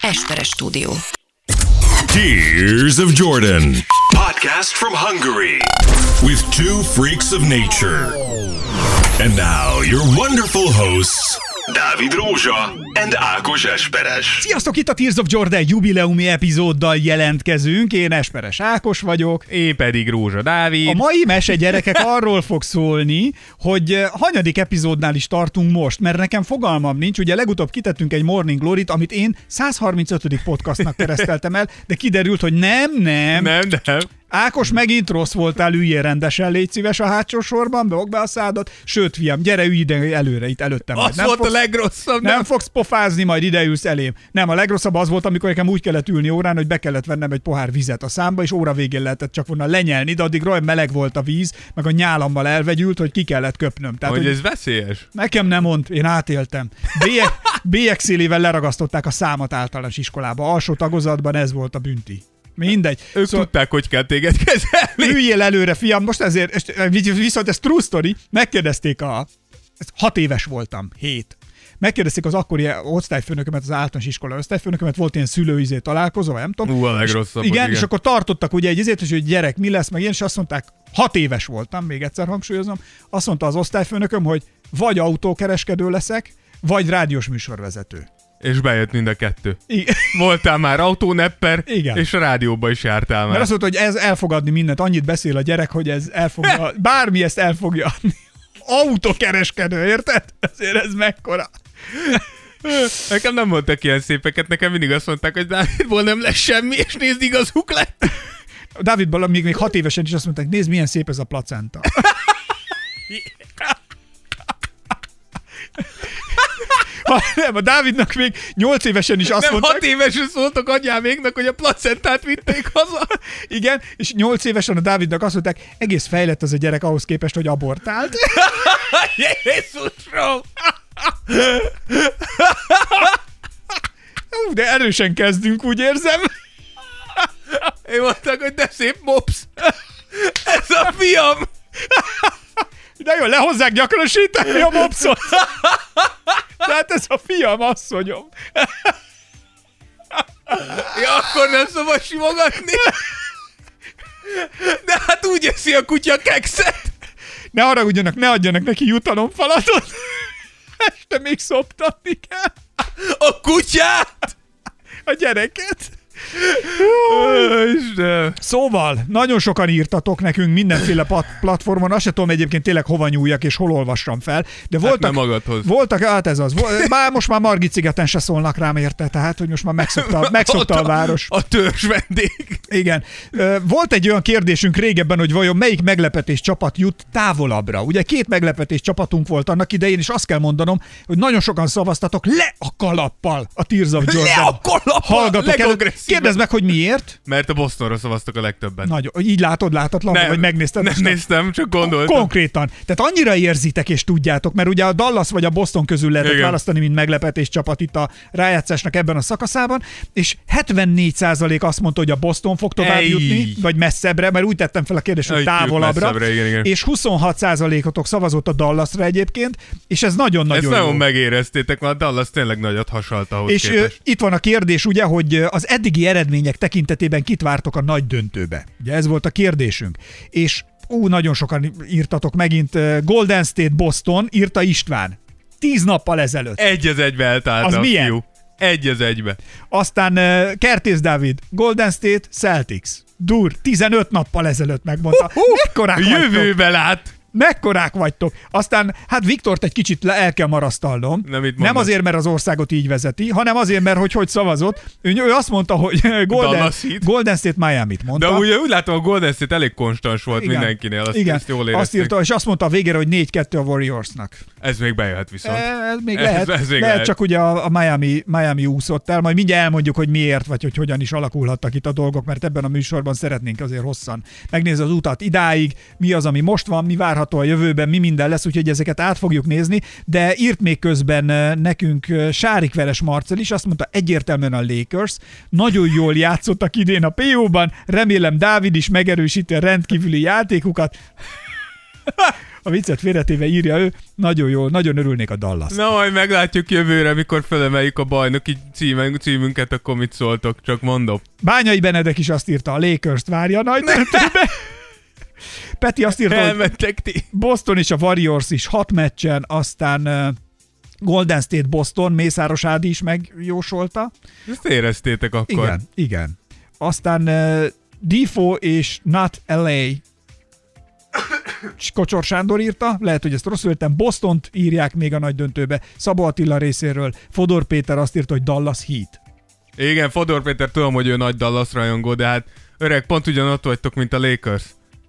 Esperes Stúdió. Tears of Jordan. Podcast from Hungary. With two freaks of nature. And now your wonderful hosts, Dávid Rózsa and Ákos Esperes. Sziasztok, itt a Tears of Jordan jubileumi epizóddal jelentkezünk. Én Esperes Ákos vagyok. Én pedig Rózsa Dávid. A mai mese, gyerekek, arról fog szólni, hogy hanyadik epizódnál is tartunk most, mert nekem fogalmam nincs. Ugye legutóbb kitettünk egy Morning Glory-t, amit én 135. podcastnak kereszteltem el, de kiderült, hogy nem. Ákos, megint rossz voltál, üljél rendesen, légy szíves a hátsó sorban, beog be a szádat, sőt, fiam, gyere, ülj ide előre, itt előttem. Az volt a legrosszabb. Nem fogsz pofázni, majd ide ülsz elém. Nem, a legrosszabb az volt, amikor nekem úgy kellett ülni órán, hogy be kellett vennem egy pohár vizet a számba, és óra végén lehetett csak volna lenyelni, de addig rohadt meleg volt a víz, meg a nyálammal elvegyült, hogy ki kellett köpnöm. Tehát, hogy ez veszélyes? Nekem nem mond, én átéltem. Bélyegszélével leragasztották a számat általános iskolába, alsó tagozatban, ez volt a bünti. Mindegy. Ők tudták, hogy kell téged kezelni. Üljél előre, fiam, most ezért, viszont ez true story, megkérdezték 6 éves voltam, 7. Megkérdezték az akkori osztályfőnökömet, az általános iskola osztályfőnökömet, volt ilyen szülőizé találkozó, nem tudom. A legrosszabb. Igen, és akkor tartottak ugye egy izét, és hogy gyerek, mi lesz, meg én, és azt mondták, 6 éves voltam, még egyszer hangsúlyozom, azt mondta az osztályfőnököm, hogy vagy autókereskedő leszek, vagy rádiós műsorvezető. És bejött mind a kettő. Voltál már autónepper, és a rádióba is jártál már. Mert azt mondta, hogy ez el fog adni mindent, annyit beszél a gyerek, hogy ez el fogja, bármi ezt el fogja adni. Autókereskedő, érted? Ezért ez mekkora. Nekem nem mondtak ilyen szépeket, nekem mindig azt mondták, hogy Dávidból nem lesz semmi, és nézd, igazuk lett. Dávidból még 6 évesen is azt mondták, nézd, milyen szép ez a placenta. Nem, a Dávidnak még 8 évesen is azt mondták. 6 évesen szóltak anyáméknak, hogy a placentát vitték haza. Igen, és 8 évesen a Dávidnak azt mondták, egész fejlett az a gyerek ahhoz képest, hogy abortált. Jézusom! De erősen kezdünk, úgy érzem. Én mondták, hogy de szép mops. Ez a fiam. De jó, lehozzák gyakorosítani a mopszot. Tehát ez a fiam, asszonyom. Ja, akkor nem szabad simogatni. De hát úgy eszi a kutya kekszet. Ne haragudjanak, ne adjanak neki jutalomfalatot. Este még szoptatni kell. A kutyát? A gyereket. Szóval, nagyon sokan írtatok nekünk mindenféle platformon, azt se tudom egyébként tényleg hova nyúljak és hol olvassam fel, de voltak, hát ez az, most már Margit-szigeten se szólnak rám, érte, tehát, hogy most már megszokta a város. A törzs vendég. Igen. Volt egy olyan kérdésünk régebben, hogy vajon melyik meglepetés csapat jut távolabbra. Ugye 2 meglepetés csapatunk volt annak idején, és azt kell mondanom, hogy nagyon sokan szavaztatok le a kalappal a Tears of Jordan. Le a kalappal! Hallgatok el, kérdezd meg, hogy miért? Mert a Bostonra szavaztak a legtöbben. Nagyon. Így látatlan, vagy megnézted? Nem néztem, csak gondoltam. Konkrétan. Tehát annyira érzitek és tudjátok, mert ugye a Dallas vagy a Boston közül lehetett választani, mint meglepetés csapat itt a rájátszásnak ebben a szakaszában, és 74% azt mondta, hogy a Boston fog tovább jutni, vagy messzebbre, mert úgy tettem fel a kérdést, hogy távolabbra, igen. És 26%-otok szavazott a Dallasra egyébként, és ez nagyon-nagyon jó. Ezt nagyon megéreztétek, mert a Dallas tényleg nagyot hasalt ahhoz és képest. Itt van a kérdés, ugye, hogy az eddigi eredmények tekintetében kit vártok a nagy döntőbe? Ugye ez volt a kérdésünk. És nagyon sokan írtatok megint. Golden State Boston, írta István. 10 nappal ezelőtt. 1-1 eltállt az a milyen? fiú. 1-1. Aztán Kertész Dávid, Golden State Celtics. Dur, 15 nappal ezelőtt megmondta. Mekkorák jövőbe lát. Mekkorák vagytok. Aztán, hát Viktort egy kicsit el kell marasztalnom. Nem azért, mert az országot így vezeti, hanem azért, mert hogy szavazott. Ő azt mondta, hogy Golden State Miami-t mondta. De ugye úgy látom, a Golden State elég konstans volt mindenkinél. Ezt jól érezték. Azt írta, és azt mondta a végére, hogy 4-2 a Warriorsnak. Ez még bejöhet viszont. Ez még lehet, csak ugye a Miami úszott el. Majd mindjárt elmondjuk, hogy miért, vagy hogy hogyan is alakulhattak itt a dolgok, mert ebben a műsorban szeretnénk azért hosszan megnézni az utat idáig, mi az, ami most van, mi várható a jövőben, mi minden lesz, úgyhogy ezeket át fogjuk nézni, de írt még közben nekünk Sárikveres Marcel is, azt mondta, egyértelműen a Lakers, nagyon jól játszottak idén a PO-ban, remélem Dávid is megerősíti a rendkívüli játékukat. A viccet félretéve írja ő, nagyon jó, nagyon örülnék a Dallas. Na, majd meglátjuk jövőre, mikor felemeljük a bajnoki címünket, akkor mit szóltok, csak mondom. Bányai Benedek is azt írta, a Lakers-t várja a nagy döntőbe. Peti azt írta, elmentek ti. Boston és a Warriors is 6 meccsen, aztán Golden State Boston, Mészáros Ádi is megjósolta. Ezt éreztétek akkor. Igen. Aztán Difo és Not LA Kocsor Sándor írta, lehet, hogy ezt rosszul értem, Bostont írják még a nagy döntőbe, Szabó Attila részéről, Fodor Péter azt írta, hogy Dallas Heat. Igen, Fodor Péter, tudom, hogy ő nagy Dallas rajongó, de hát öreg, pont ugyanott vagytok, mint a Lakers.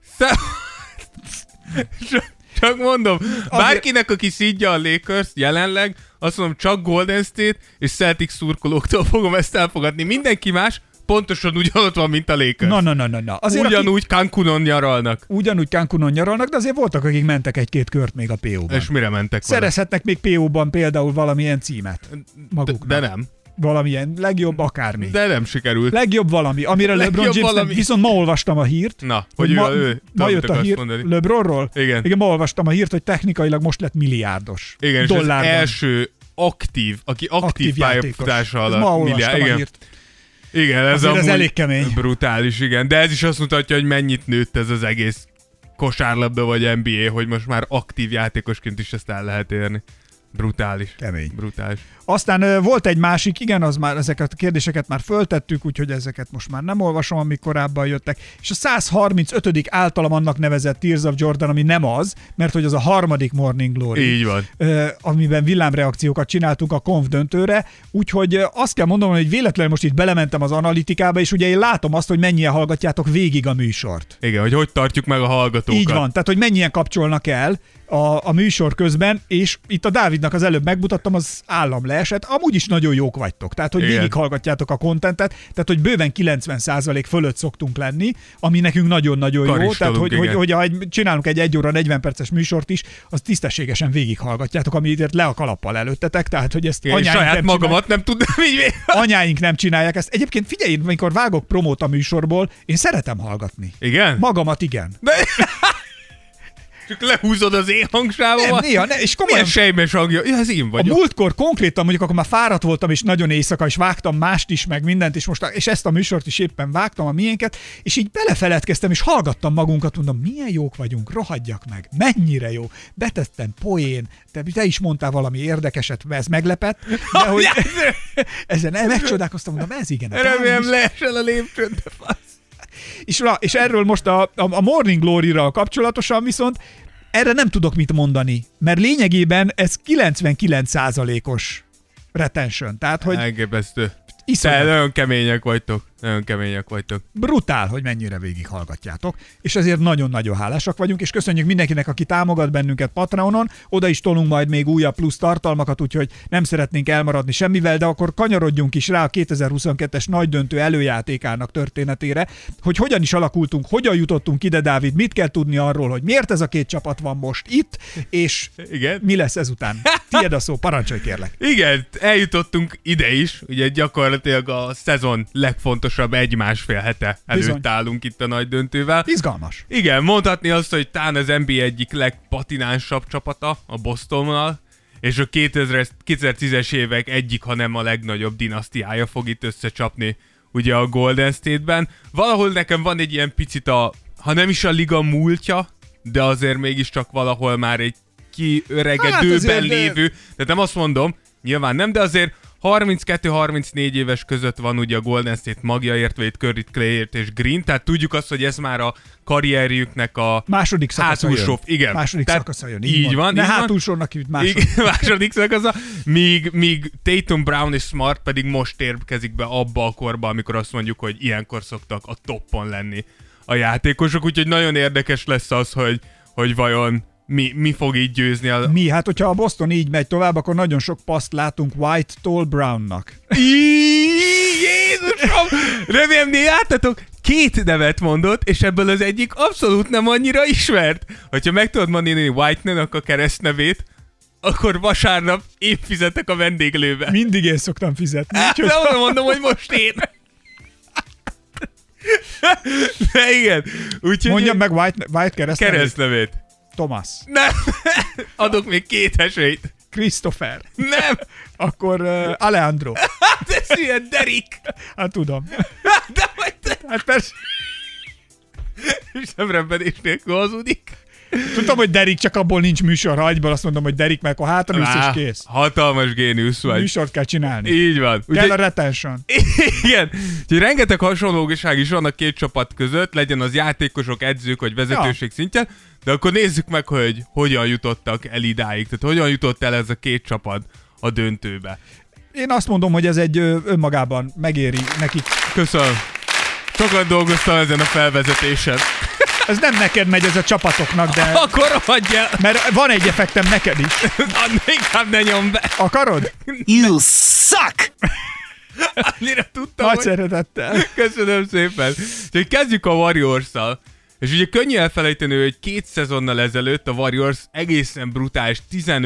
Csak mondom, bárkinek, aki szidja a Lakers jelenleg, azt mondom, csak Golden State és Celtics szurkolóktól fogom ezt elfogadni. Mindenki más pontosan ugyanott van, mint a Lakers. Na. Ugyanúgy Cancunon nyaralnak. Ugyanúgy Cancunon nyaralnak, de azért voltak, akik mentek egy-két kört még a PO-ban. És mire mentek vele? Szerezhetnek még PO-ban például valamilyen címet maguknak. De nem. Valamilyen legjobb akármi. De nem sikerült. Legjobb valami, amire LeBron James viszont ma olvastam a hírt. Na, hogy ma jött a hír LeBronról. Igen, ma olvastam a hírt, hogy technikailag most lett milliárdos. Igen, dollárban. És az első aktív pályafutása alatt. Ma olvastam a hírt. Igen, ez elég kemény. Brutális, igen. De ez is azt mutatja, hogy mennyit nőtt ez az egész kosárlabda vagy NBA, hogy most már aktív játékosként is ezt el lehet érni. Brutális. Kemény. Brutális. Aztán volt egy másik, igen, az már ezeket a kérdéseket már föltettük, úgyhogy ezeket most már nem olvasom, amik korábban jöttek. És a 135. általam annak nevezett Tears of Jordan, ami nem az, mert hogy az a harmadik Morning Glory. Így van. Amiben villámreakciókat csináltunk a konf döntőre, úgyhogy azt kell mondanom, hogy véletlenül most itt belementem az analitikába, és ugye én látom azt, hogy mennyien hallgatjátok végig a műsort. Igen, hogy tartjuk meg a hallgatókat. Így van, tehát hogy mennyien kapcsolnak el a műsor közben, és itt a Dávidnak az előbb megmutattam, az állam leesett, amúgy is nagyon jók vagytok, tehát hogy végighallgatjátok a kontentet, tehát hogy bőven 90% fölött szoktunk lenni, ami nekünk nagyon-nagyon jó, tehát hogy csinálunk egy 1 óra 40 perces műsort is, az tisztességesen végighallgatjátok, amit le a kalappal előttetek, tehát hogy ezt saját magamat nem tudnám így. Anyáink nem csinálják ezt. Egyébként figyelj, amikor vágok promót a műsorból, én szeretem hallgatni. Igen? Magamat igen. Csak lehúzod az én hangsávával. Néha, és komolyan. Milyen sejmes hangja? Ja, ez én vagyok. A múltkor konkrétan, mondjuk akkor már fáradt voltam, és nagyon éjszaka, és vágtam mást is, meg mindent, és ezt a műsort is éppen vágtam, a miénket, és így belefeledkeztem, és hallgattam magunkat, mondom, milyen jók vagyunk, rohadjak meg, mennyire jó. Betettem poén, te is mondtál valami érdekeset, ez meglepett, de hogy ezen megcsodálkoztam, mondom, ez igen. Remélem leesel a lépcsőn, de fasz. És erről most a Morning Glory-ra kapcsolatosan viszont erre nem tudok mit mondani, mert lényegében ez 99%-os retention. Tehát, hogy elképesztő. Nagyon kemények vagytok. Nagyon kemények vagytok. Brutál, hogy mennyire végighallgatjátok, és ezért nagyon-nagyon hálásak vagyunk, és köszönjük mindenkinek, aki támogat bennünket Patreonon, oda is tolunk majd még újabb plusz tartalmakat, úgyhogy nem szeretnénk elmaradni semmivel, de akkor kanyarodjunk is rá a 2022-es nagy döntő előjátékának történetére, hogy hogyan is alakultunk, hogyan jutottunk ide, Dávid, mit kell tudni arról, hogy miért ez a két csapat van most itt, és igen? Mi lesz ezután. Tiéd a szó, parancsolj kérlek. Igen, eljutottunk ide is, ugye gyakorlatilag a szezon legfontosabb 1-1,5 hete előtt állunk itt a nagy döntővel. Izgalmas. Igen, mondhatni azt, hogy talán az NBA egyik legpatinánsabb csapata a Bostonnal, és a 2010-es évek egyik, hanem a legnagyobb dinasztiája fog itt összecsapni ugye a Golden State-ben. Valahol nekem van egy ilyen picit ha nem is a liga múltja, de azért mégiscsak valahol már egy kiöregedőben lévő, tehát nem azt mondom, nyilván nem, de azért 32-34 éves között van ugye a Golden State magjaért, vagy Curryt, Clayért és Green, tehát tudjuk azt, hogy ez már a karrierjüknek a második szakasza jön. Igen. Második szakasza jön. Így van. Ne hátulsornak hívt második szakasza. Míg Tatum, Brown és Smart pedig most érkezik be abba a korba, amikor azt mondjuk, hogy ilyenkor szoktak a toppon lenni a játékosok, úgyhogy nagyon érdekes lesz az, hogy vajon mi fog így győzni? Hát hogyha a Boston így megy tovább, akkor nagyon sok paszt látunk White-tól Brownnak. Jézusom! Remélem, láttatok, 2 nevet mondott, és ebből az egyik abszolút nem annyira ismert. Hogyha meg tudod mondani White-nek a keresztnevét, akkor vasárnap én fizetek a vendéglőbe. Mindig én szoktam fizetni. De oda mondom, hogy most én. De igen. Mondjam meg White keresztnevét. Thomas. Nem! Adok még 2 esélyt. Christopher. Nem! Akkor Alejandro. Hát ez ilyen Derek! Hát tudom. De vagy te! Hát persze. És nem rembenés nélkül hazudik. Tudtam, hogy Derek, csak abból nincs műsor, ha egyből azt mondom, hogy Derek, meg akkor hátra ülsz és kész. Hatalmas géniusz vagy. Műsort kell csinálni. Így van. Kell a retention. Igen. Úgyhogy rengeteg hasonlóság is van a 2 csapat között, legyen az játékosok, edzők vagy vezetőség szintjén, de akkor nézzük meg, hogy hogyan jutottak el idáig. Tehát hogyan jutott el ez a 2 csapat a döntőbe. Én azt mondom, hogy ez egy önmagában megéri nekik. Köszönöm. Sokat dolgoztam ezen a felvezetésen. Ez nem neked megy, ez a csapatoknak, de... Akkor hagyj el! Mert van egy effektem neked is. Inkább ne nyom be! Akarod? You suck! Annyira tudtam, Nagy hogy... szeretettel. Köszönöm szépen. Úgyhogy kezdjük a Warriors-szal. És ugye könnyű elfelejteni, hogy 2 szezonnal ezelőtt a Warriors egészen brutális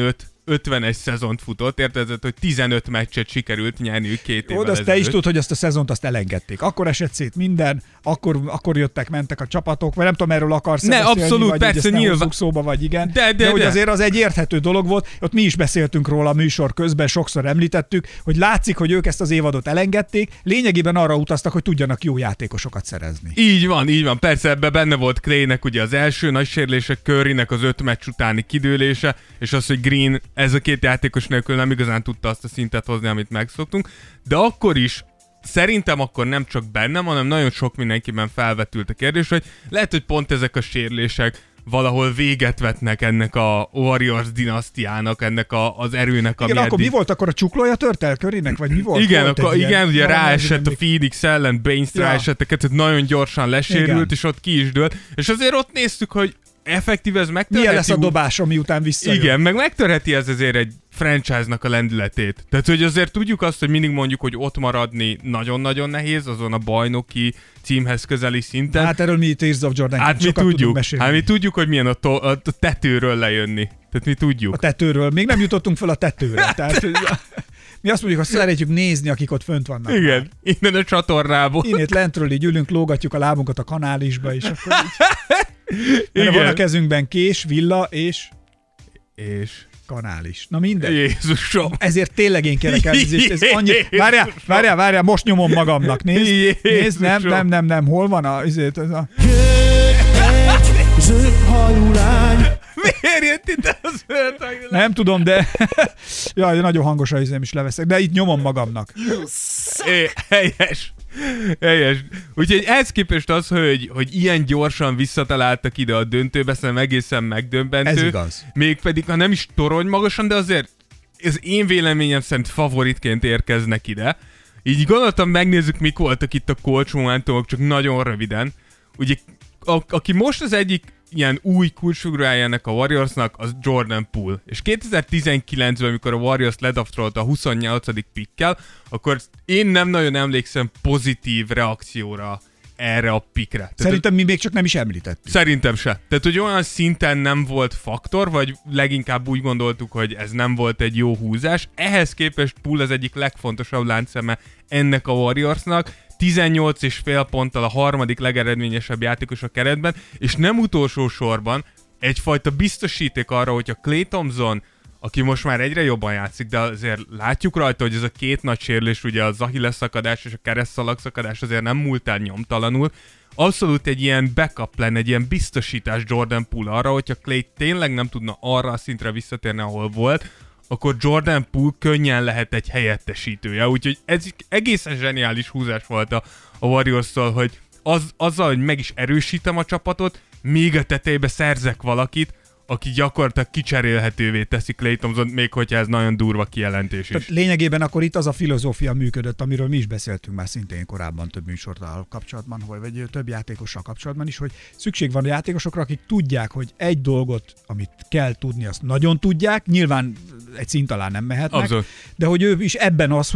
15-51 szezont futott, érted, hogy 15 meccset sikerült nyerniük 2 évvel ezelőtt. Te is tudod, hogy azt a szezont azt elengedték. Akkor esett szét minden, akkor jöttek, mentek a csapatok, vagy nem tudom, erről akarsz beszélni, abszolút, vagy persze, nyilván. Hozzuk szóba, vagy igen. De hogy azért az egy érthető dolog volt, ott mi is beszéltünk róla a műsor közben, sokszor említettük, hogy látszik, hogy ők ezt az évadot elengedték, lényegében arra utaztak, hogy tudjanak jó játékosokat szerezni. Így van, persze ebben benne volt Claynek ugye az első nagy sérülése, Currynek az 5 meccs utáni kidőlése, és az, hogy Green ez a 2 játékos nélkül nem igazán tudta azt a szintet hozni, amit megszoktunk, de akkor is szerintem akkor nem csak bennem, hanem nagyon sok mindenkiben felvetült a kérdés, hogy lehet, hogy pont ezek a sérülések valahol véget vetnek ennek a Warriors dinasztiának, ennek az erőnek, ami igen, akkor mi volt akkor a csuklója tört el Currynek, vagy mi volt? Igen, volt akkor igen, ugye ráesett a még... Phoenix ellen, Baines ráesett, tehát nagyon gyorsan lesérült, igen. És ott ki is dőlt, és azért ott néztük, hogy effektív ez megtörheti. Milyen lesz a dobása, miután visszajön? Igen, meg megtörheti ez azért egy franchise-nak a lendületét. Tehát, hogy azért tudjuk azt, hogy mindig mondjuk, hogy ott maradni nagyon-nagyon nehéz, azon a bajnoki címhez közeli szinten. Hát erről mi itt Tears of Jordan hát mi tudjuk. Hát mi tudjuk, hogy milyen a tetőről lejönni. Tehát mi tudjuk. A tetőről. Még nem jutottunk fel a tetőre. Tehát mi azt mondjuk, hogy szeretjük nézni, akik ott fönt vannak. Igen, már. Innen a csatornából. Innét lentről így ülünk, lógatjuk a lábunkat a kanálisba, és akkor így... Van a kezünkben kés, villa és kanális. Na minden. Jézusom. Ezért tényleg én kérek elnézést. Ez annyi... Várjál, most nyomom magamnak. Nézd, nem. Hol van a... Ez a... Zöldhajú lány. Miért jött itt a zöldhajú lány? Nem tudom, de... Jaj, nagyon hangos a izém is leveszek, de itt nyomom magamnak. Helyes. Úgyhogy ehhez képest az, hogy ilyen gyorsan visszataláltak ide a döntőbe, szerintem egészen megdöbbentő. Ez igaz. Mégpedig, ha nem is torony magasan, de azért ez én véleményem szerint favoritként érkeznek ide. Így gondoltam, megnézzük, mik voltak itt a kulcsmomentumok, csak nagyon röviden. Ugye, aki most az egyik ilyen új kulcsugrája ennek a Warriorsnak, az Jordan Poole. És 2019-ben, amikor a Warriors ledraftolta a 28. pickkel, akkor én nem nagyon emlékszem pozitív reakcióra erre a pickre. Szerintem mi még csak nem is említettük. Szerintem se. Tehát, hogy olyan szinten nem volt faktor, vagy leginkább úgy gondoltuk, hogy ez nem volt egy jó húzás. Ehhez képest Poole az egyik legfontosabb láncszeme ennek a Warriorsnak. 18,5 ponttal a harmadik legeredményesebb játékos a keretben, és nem utolsó sorban egyfajta biztosíték arra, hogy a Klay Thompson, aki most már egyre jobban játszik, de azért látjuk rajta, hogy ez a 2 nagy sérülés, ugye az Achilles szakadás és a keresztszalag szakadás azért nem múlt el nyomtalanul, abszolút egy ilyen backup lenne, egy ilyen biztosítás Jordan Poole arra, hogyha Klay tényleg nem tudna arra a szintre visszatérni, ahol volt, akkor Jordan Poole könnyen lehet egy helyettesítője. Úgyhogy ez egészen zseniális húzás volt a Warriors-tól, hogy azzal, hogy meg is erősítem a csapatot, még a tetejébe szerzek valakit, aki gyakorlatilag kicserélhetővé teszi Klay Thompson, még hogyha ez nagyon durva kijelentés is. Tehát lényegében akkor itt az a filozófia működött, amiről mi is beszéltünk már szintén korábban több műsorral kapcsolatban, vagy több játékossal kapcsolatban is, hogy szükség van a játékosokra, akik tudják, hogy egy dolgot, amit kell tudni, azt nagyon tudják, nyilván egy szint alá nem mehetnek, abszolút. De hogy ő is ebben az, hogy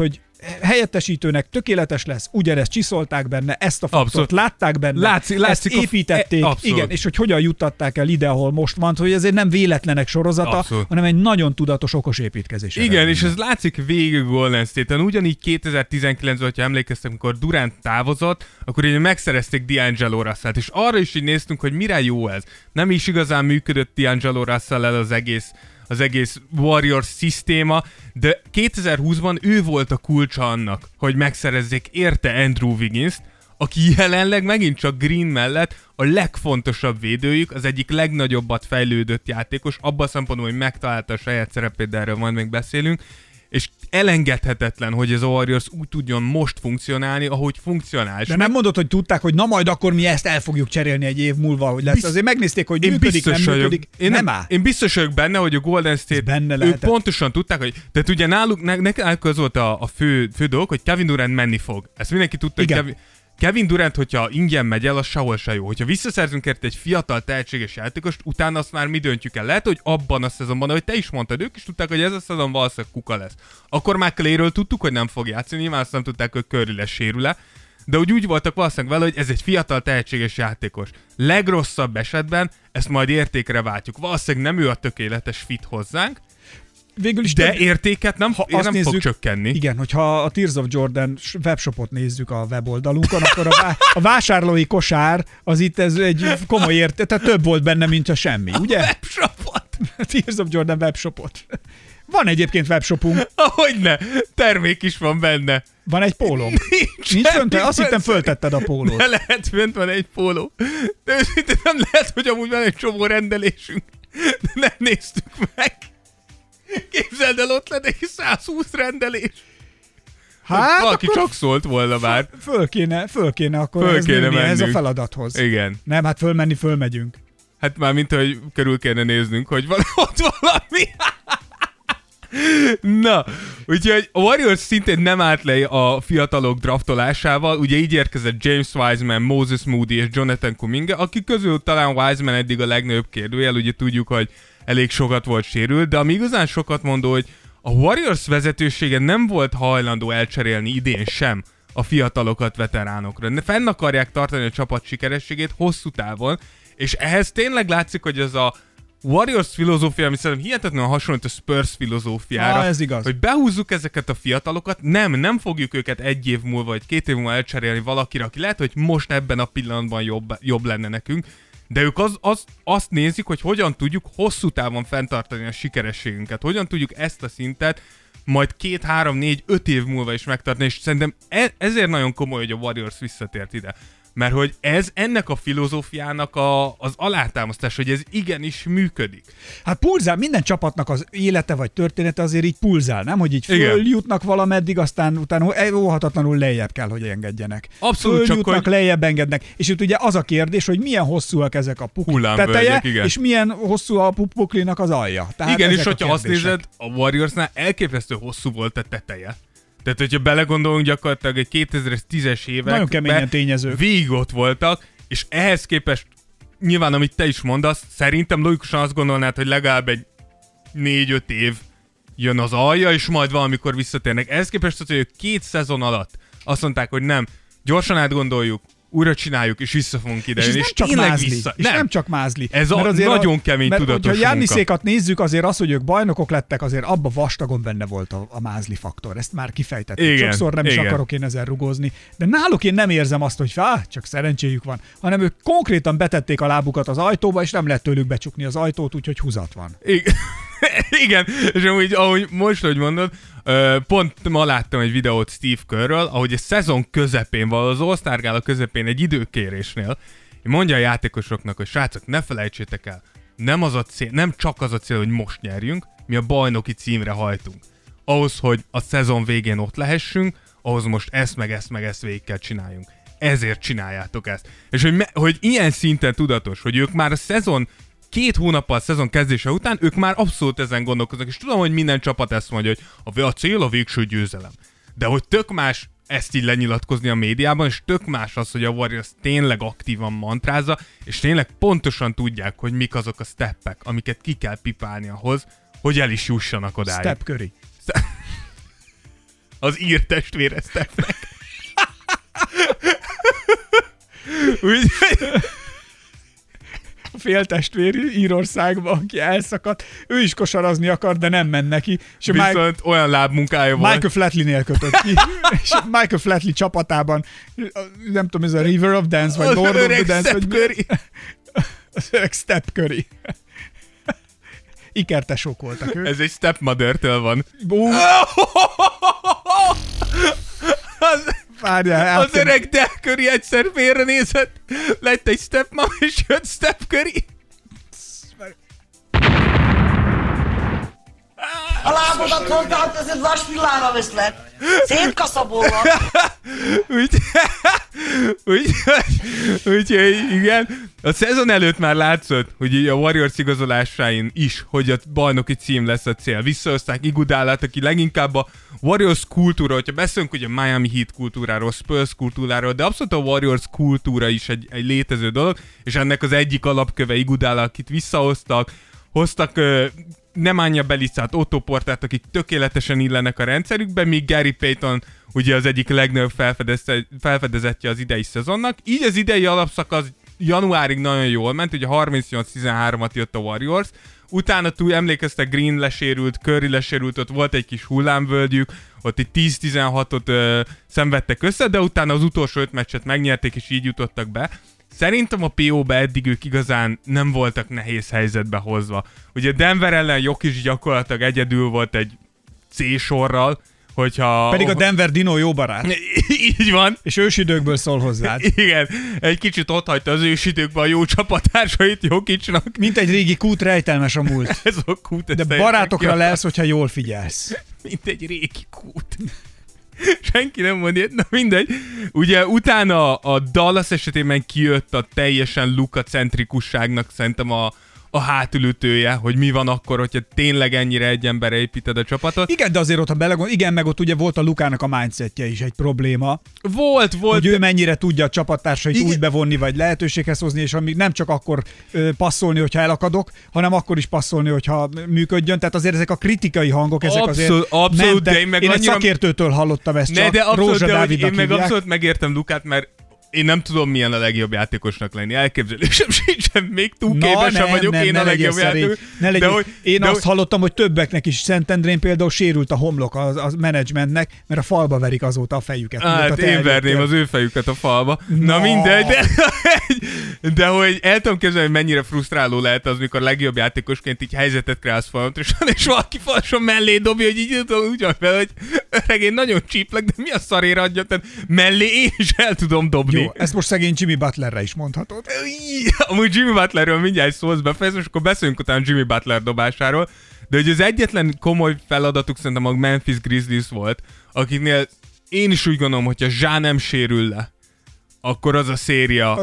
helyettesítőnek tökéletes lesz, ugyanezt csiszolták benne, ezt a faktort látták benne, látszik ezt építették, igen, és hogy hogyan juttatták el ide, ahol most van, hogy ezért nem véletlenek sorozata, hanem egy nagyon tudatos, okos építkezés. Igen, és ez látszik végig Golden State-en. Ugyanígy 2019-ben, hogyha emlékeztek, amikor Durant távozott, akkor így megszerezték D'Angelo Russell-t, és arra is így néztünk, hogy mire jó ez. Nem is igazán működött D'Angelo Russell-el az egész Warriors szisztéma, de 2020-ban ő volt a kulcsa annak, hogy megszerezzék érte Andrew Wiggins-t, aki jelenleg megint csak Green mellett a legfontosabb védőjük, az egyik legnagyobbat fejlődött játékos, abban a szempontból, hogy megtalálta a saját szerepét, de erről majd még beszélünk, és elengedhetetlen, hogy ez a Warriors úgy tudjon most funkcionálni, ahogy funkcionál. De nem mondod, hogy tudták, hogy na majd akkor mi ezt el fogjuk cserélni egy év múlva, hogy lesz. Azért megnézték, hogy működik, nem működik. Én biztos vagyok benne, hogy a Golden State, ők pontosan tudták, hogy... Tehát ugye náluk az volt a fő dolog, hogy Kevin Durant menni fog. Ezt mindenki tudta, hogy Kevin Durant, hogyha ingyen megy el, az sehol se jó. Hogyha visszaszerzünk érte egy fiatal, tehetséges játékost, utána azt már mi döntjük el. Lehet, hogy abban a szezonban, ahogy te is mondtad, ők is tudták, hogy ez a szezon valószínűleg kuka lesz. Akkor már Clayről tudtuk, hogy nem fog játszani, nyilván azt nem tudták, hogy Curry lesz sérül-e. De úgy voltak valószínűleg vele, hogy ez egy fiatal, tehetséges játékos. Legrosszabb esetben ezt majd értékre váltjuk. Valószínűleg nem ő a tökéletes fit hozzánk, végül is de értéket nem fog csökkenni. Igen, hogyha a Tears of Jordan webshopot nézzük a weboldalunkon, akkor a vásárlói kosár az itt ez egy komoly érték, tehát több volt benne, mint a semmi, ugye? A webshopot? A Tears of Jordan webshopot. Van egyébként webshopunk. Ahogyne, termék is van benne. Van egy pólóm. Nincs fönt? Azt hittem föltetted a pólót. De lehet, fönt van egy póló. De őszintén nem lehet, hogy amúgy van egy csomó rendelésünk. De nem néztük meg. Képzeld el, ott lenne egy 120 rendelés. Hát valaki csak szólt volna már. Föl kéne akkor ez a feladathoz. Igen. Nem, hát fölmegyünk. Hát már mint ahogy körül kéne néznünk, hogy van ott valami. Na, úgyhogy a Warriors szintén nem állt le a fiatalok draftolásával, ugye így érkezett James Wiseman, Moses Moody és Jonathan Kuminga, akik közül talán Wiseman eddig a legnagyobb kérdőjel, ugye tudjuk, hogy elég sokat volt sérült, de ami igazán sokat mondó, hogy a Warriors vezetősége nem volt hajlandó elcserélni idén sem a fiatalokat veteránokra. Fenn akarják tartani a csapat sikerességét hosszú távon, és ehhez tényleg látszik, hogy ez a Warriors filozófia, ami szerintem hihetetlenül hasonlít a Spurs filozófiára, ez igaz. hogy behúzzuk ezeket a fiatalokat, nem fogjuk őket egy év múlva, vagy 2 év múlva elcserélni valakire, aki lehet, hogy most ebben a pillanatban jobb lenne nekünk, de ők azt nézik, hogy hogyan tudjuk hosszú távon fenntartani a sikerességünket, hogyan tudjuk ezt a szintet majd 2, 3, 4, 5 év múlva is megtartani, és szerintem ezért nagyon komoly, hogy a Warriors visszatért ide. Mert hogy ez ennek a filozófiának az alátámasztás, hogy ez igenis működik. Hát pulzál, minden csapatnak az élete vagy története azért így pulzál, nem? Hogy így följutnak valameddig, aztán utána óhatatlanul lejjebb kell, hogy engedjenek. Abszolút, följutnak, csak hogy... lejjebb engednek. És itt ugye az a kérdés, hogy milyen hosszúak ezek a pukli teteje, és milyen hosszú a puklinak az alja. Tehát igen, és hogyha azt nézed, a Warriorsnál elképesztő hosszú volt a teteje. Tehát, hogyha belegondolunk, gyakorlatilag egy 2010-es évek nagyon keményen tényezők. Végig ott voltak, és ehhez képest nyilván, amit te is mondasz, szerintem logikusan azt gondolnád, hogy legalább egy 4-5 év jön az alja, és majd valamikor visszatérnek. Ehhez képest az, hogy 2 szezon alatt azt mondták, hogy nem, gyorsan átgondoljuk, újra csináljuk, és vissza fogunk ide. És nem csak mázli. Ez nagyon kemény tudatos munka. Ha Giannisékat nézzük, azért az, hogy ők bajnokok lettek, azért abba vastagon benne volt a mázli faktor. Ezt már kifejtettük. Sokszor nem is akarok én ezzel rugózni. De náluk én nem érzem azt, hogy csak szerencséjük van, hanem ők konkrétan betették a lábukat az ajtóba, és nem lehet tőlük becsukni az ajtót, úgyhogy húzat van. Igen, és amúgy, ahogy most, hogy mondod, pont ma láttam egy videót Steve Kerrről, ahogy a szezon közepén, az All-Star Gála közepén egy időkérésnél mondja a játékosoknak, hogy srácok, ne felejtsétek el, nem csak az a cél, hogy most nyerjünk, mi a bajnoki címre hajtunk. Ahhoz, hogy a szezon végén ott lehessünk, ahhoz most ezt végig kell csináljunk. Ezért csináljátok ezt. És hogy ilyen szinten tudatos, hogy ők már a szezon 2 hónappal a szezon kezdése után ők már abszolút ezen gondolkoznak, és tudom, hogy minden csapat ezt mondja, hogy a cél a végső győzelem. De hogy tök más ezt így lenyilatkozni a médiában, és tök más az, hogy a Warriors tényleg aktívan mantrázza, és tényleg pontosan tudják, hogy mik azok a steppek, amiket ki kell pipálni ahhoz, hogy el is jussanak odáig. Step Curry. az ír testvére Stephnek. Úgyhogy... A féltestvér Írországban, aki elszakadt, ő is kosarazni akar, de nem ment neki. És viszont olyan lábmunkája volt. Michael Flatley-nél kötött ki. És Michael Flatley csapatában, nem tudom, ez a River of Dance, vagy Lord of the Dance, vagy Curry. Az öreg Step Curry. Ikertesók voltak ők. Ez egy stepmother-től van. Várjál, az öreg Del Curry egyszer félrenézett, lett egy stepmom, és jött Step Curry. A lábodat hozzáad, ez egy vas villára veszlek. Szétkaszabolva. Úgyhogy igen. A szezon előtt már látszott, hogy a Warriors igazolásain is, hogy a bajnoki cím lesz a cél. Visszahozták Iguodalát, aki leginkább a Warriors kultúra, hogyha beszélünk ugye Miami Heat kultúráról, Spurs kultúráról, de abszolút a Warriors kultúra is egy létező dolog, és ennek az egyik alapköve Iguodala, akit visszahoztak, hoztak Nemanja Belicát, Otto Portert, akik tökéletesen illenek a rendszerükbe, míg Gary Payton ugye az egyik legnagyobb felfedezetje az idei szezonnak. Így az idei alapszakasz januárig nagyon jól ment, ugye 38-13-at jött a Warriors, utána túl emlékeztek, Green lesérült, Curry lesérült, ott volt egy kis hullámvölgyük, ott egy 10-16-ot szenvedtek össze, de utána az utolsó 5 meccset megnyerték, és így jutottak be. Szerintem a PO-ba eddig ők igazán nem voltak nehéz helyzetbe hozva. Ugye Denver ellen Jokic gyakorlatilag egyedül volt egy C-sorral, hogyha... Pedig a Denver Dino jó barát. Így van. És ősidőkből szól hozzád. Igen, egy kicsit otthagyta az ősidőkben a jó csapattársait Jokicnak. Mint egy régi kút, rejtelmes a múlt. Ez a kút. De barátokra lesz, hogyha jól figyelsz. Mint egy régi kút. Senki nem mond ilyet, na mindegy. Ugye utána a Dallas esetében kijött a teljesen Luka-centrikusságnak szerintem a hátulütője, hogy mi van akkor, hogyha tényleg ennyire egy emberre építed a csapatot. Igen, de azért ott, ha belegondol, igen, meg ott ugye volt a Lukának a mindsetje is egy probléma. Volt. Hogy ő mennyire tudja a csapattársait úgy bevonni, vagy lehetőséghez hozni, és amíg nem csak akkor passzolni, hogyha elakadok, hanem akkor is passzolni, hogyha működjön. Tehát azért ezek a kritikai hangok, ezek abszolút, mentek. Én egy szakértőtől hallottam ezt csak. Rózsa Dávidnak én meg abszolút megértem Lukát, mert én nem tudom, milyen a legjobb játékosnak lenni. Elképzelésem sincsen, még túl képesen vagyok én a legjobb játékos. Azt hallottam, hogy többeknek is Szentendrén például sérült a homlok a menedzsmentnek, mert a falba verik azóta a fejüket. Hát én verném az ő fejüket a falba. Na mindegy, de hogy el tudom képzelni, hogy mennyire frusztráló lehet az, mikor legjobb játékosként így helyzetet kreálsz folyamatosan, és valaki falson mellé dobja, hogy így úgy van fel, hogy öreg, én nagyon csíplek, de mi a szarért adja, tehát mellé én is el tudom dobni. Jó, ezt most szegény Jimmy Butlerre is mondhatod. Amúgy Jimmy Butlerről mindjárt szólsz befejezve, és akkor beszélünk utána Jimmy Butler dobásáról, de hogy az egyetlen komoly feladatuk szerintem a Memphis Grizzlies volt, akiknél én is úgy gondolom, hogyha Ja nem sérül le, akkor az a széria,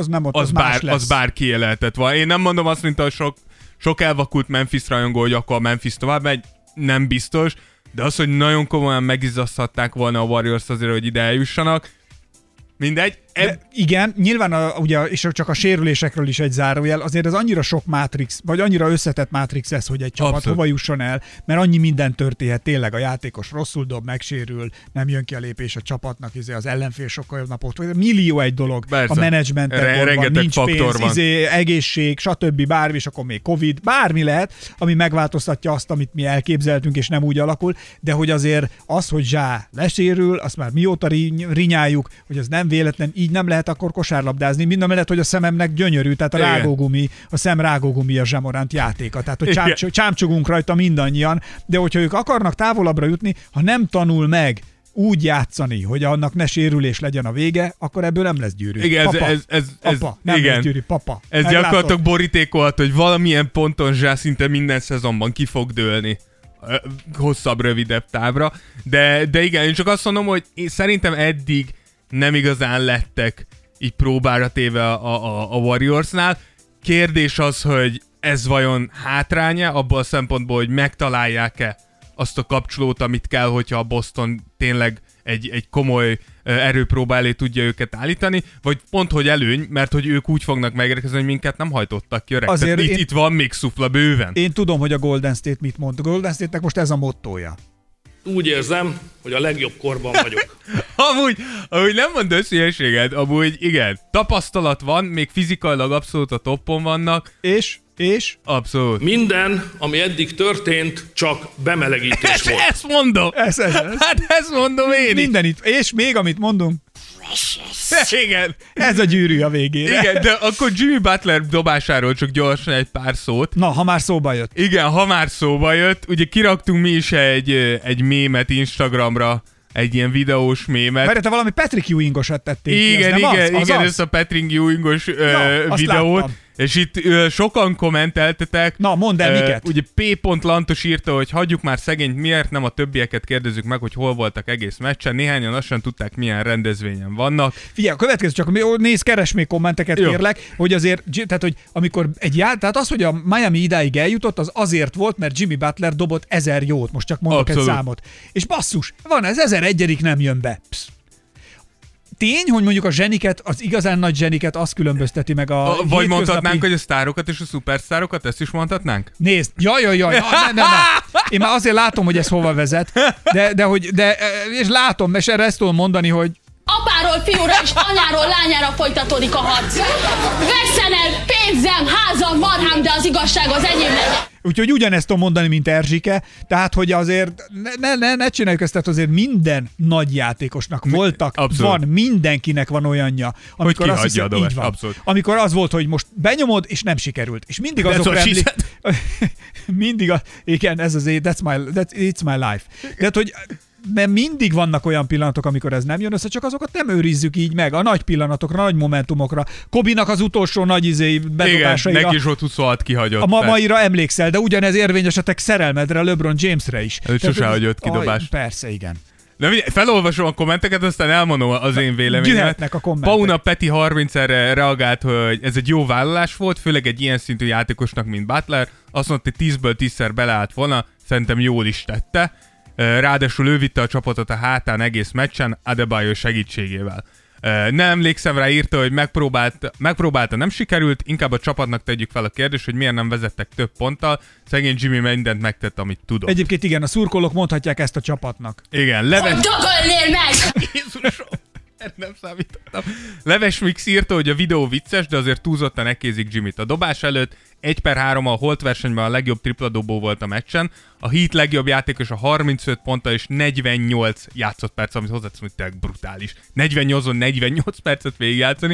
az bárki lehetett volna. Én nem mondom azt, mint a sok elvakult Memphis rajongó, hogy akkor a Memphis tovább megy, nem biztos, de az, hogy nagyon komolyan megizzaszthatták volna a Warriors azért, hogy ide eljussanak, mindegy. Igen, nyilván ugye, és csak a sérülésekről is egy zárójel, azért ez annyira sok Matrix, vagy annyira összetett Matrix ez, hogy egy csapat abszolút hova jusson el, mert annyi minden történhet, tényleg a játékos rosszul dob, megsérül, nem jön ki a lépés a csapatnak, az ellenfél sokkal jobb napot, millió egy dolog, persze. A menedzsmentek nincs pénz, egészség, stb. Bármi, és akkor még Covid, bármi lehet, ami megváltoztatja azt, amit mi elképzeltünk, és nem úgy alakul, de hogy azért az, hogy Ja lesérül, azt már mióta rinyáljuk, hogy az nem véletlen, így nem lehet akkor kosárlabdázni. Mindamellett, hogy a szememnek gyönyörű, tehát a rágógumi, a szem rágógumi a Ja Morant játéka. Tehát, hogy csámcsogunk rajta mindannyian, de hogyha ők akarnak távolabbra jutni, ha nem tanul meg úgy játszani, hogy annak ne sérülés legyen a vége, akkor ebből nem lesz Gyűrű. Igen, papa, nem igen. lesz Gyűrű, papa. Ez gyakorlatilag borítékolt, hogy valamilyen ponton Ja szinte minden szezonban ki fog dőlni. Hosszabb, rövidebb távra. De igen, én csak azt mondom, hogy szerintem eddig nem igazán lettek így próbára téve a Warriorsnál. Kérdés az, hogy ez vajon hátránya abból a szempontból, hogy megtalálják-e azt a kapcsolót, amit kell, hogyha a Boston tényleg egy komoly erőpróba elé tudja őket állítani, vagy pont, hogy előny, mert hogy ők úgy fognak megérkezni, hogy minket nem hajtottak ki, öreg. Itt van még szufla bőven. Én tudom, hogy a Golden State mit mond. A Golden State-nek most ez a mottója. Úgy érzem, hogy a legjobb korban vagyok. amúgy nem mond összülyeséget, amúgy igen, tapasztalat van, még fizikailag abszolút a toppon vannak. És? Abszolút. Minden, ami eddig történt, csak bemelegítés volt. Ezt mondom! Hát ezt mondom én Minden itt. És még amit mondunk. Igen. Ez a gyűrű a végére. Igen, de akkor Jimmy Butler dobásáról csak gyorsan egy pár szót. Na, ha már szóba jött. Igen, ha már szóba jött, ugye kiraktunk mi is egy mémet Instagramra, egy ilyen videós mémet. Mert te valami Patrick Ewingosat tették igen, ki, igen, ezt a Patrick Ewingos videót. Láttam. És itt sokan kommenteltetek. Na, mondd el miket. Ugye P. Lantos írta, hogy hagyjuk már szegényt, miért nem a többieket kérdezzük meg, hogy hol voltak egész meccsen. Néhányan azt sem tudták, milyen rendezvényen vannak. Figyelj, a következő csak keres még kommenteket, kérlek, hogy azért, tehát, hogy amikor tehát az, hogy a Miami idáig eljutott, az azért volt, mert Jimmy Butler dobott 1000 jót, most csak mondok egy számot. És basszus, van ez 1001. nem jön be. Psz. Tény, hogy mondjuk a zseniket, az igazán nagy zseniket azt különbözteti meg a vagy mondhatnánk, hogy a sztárokat és a szupersztárokat, ezt is mondhatnánk? Nézd, jaj, nem. Én már azért látom, hogy ez hova vezet, és látom, és erre ezt tudom mondani, hogy apáról fiúra és anyáról lányára folytatódik a harc. Vesszenek pénzem, házam, marhám, de az igazság az enyém legyen. Úgyhogy ugyanezt tudom mondani, mint Erzsike, tehát, hogy azért ne csináljuk ezt, tehát azért minden nagy játékosnak voltak, van, mindenkinek van olyanja, amikor hogy azt hiszem, a dobást, így van. abszolút. Amikor az volt, hogy most benyomod, és nem sikerült. És mindig azok igen, ez az it's my life. Tehát, hogy mert mindig vannak olyan pillanatok, amikor ez nem jön össze, csak azokat nem őrizzük így meg. A nagy pillanatokra, nagy momentumokra. Kobinak az utolsó nagy bedobásaira. Igen, neki is ott 26 kihagyott. A maira emlékszel, de ugyanez érvényes a te szerelmedre, LeBron Jamesre is. Ő sose hagyott kidobást. Persze, igen. De felolvasom a kommenteket, aztán elmondom az én véleményemet. Gyűhetnek a kommentek. Pauna Peti 30-re reagált, hogy ez egy jó vállalás volt, főleg egy ilyen szintű játékosnak, mint Butler. Azt mondta, hogy 10-ből 10-szer beleállt volna, szerintem jól is tette. Ráadásul ő vitte a csapatot a hátán egész meccsen Adebayo segítségével. Nem emlékszem rá, írta, hogy megpróbálta, nem sikerült, inkább a csapatnak tegyük fel a kérdést, hogy miért nem vezettek több ponttal. Szegény Jimmy mindent megtett, amit tudott. Egyébként igen, a szurkolók mondhatják ezt a csapatnak. Igen, Hogy dögölnél meg! Jézusom! Nem számítottam. Leves Mix írta, hogy a videó vicces, de azért túlzottan ekézik Jimmyt. A dobás előtt 1/3 a Holt versenyben a legjobb tripladobó volt a meccsen. A Heat legjobb játékos a 35 ponttal és 48 játszott perc, amit hozzáteszem, hogy tényleg brutális. 48-on 48 percet végigjátszani.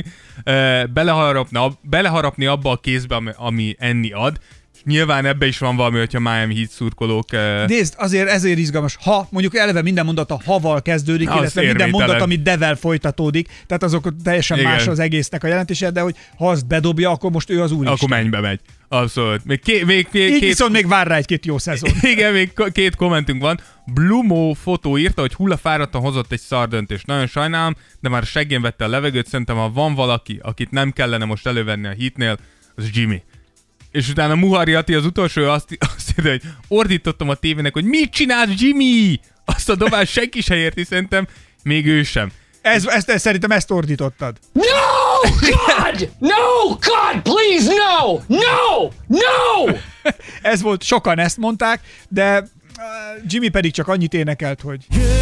Beleharapni abba a kézbe, ami enni ad. Nyilván ebbe is van valami, hogyha Miami Heat szurkolók... Nézd, ezért izgalmas. Ha, mondjuk eleve minden mondat a haval kezdődik, illetve minden mondat, amit devel folytatódik, tehát azok teljesen igen. Más az egésznek a jelentése, de hogy ha azt bedobja, akkor most ő az úristen. Akkor mennybe megy. Abszolút. Így viszont még vár rá egy-két jó szezon. Igen, még 2 kommentünk van. Blumo fotó írta, hogy hullafáradtan hozott egy szar döntést. Nagyon sajnálom, de már seggén vette a levegőt. Szerintem, ha van valaki, akit nem kellene most elővenni a Heatnél, az Jimmy. És utána Muhari Ati az utolsó azt írta, hogy ordítottam a tévének, hogy mit csinálsz, Jimmy? Azt a dobást senki se érti, szerintem, még ő sem. Szerintem ezt ordítottad. No, God! No, God, please, no! No! No! Ez volt, sokan ezt mondták, de Jimmy pedig csak annyit énekelt, hogy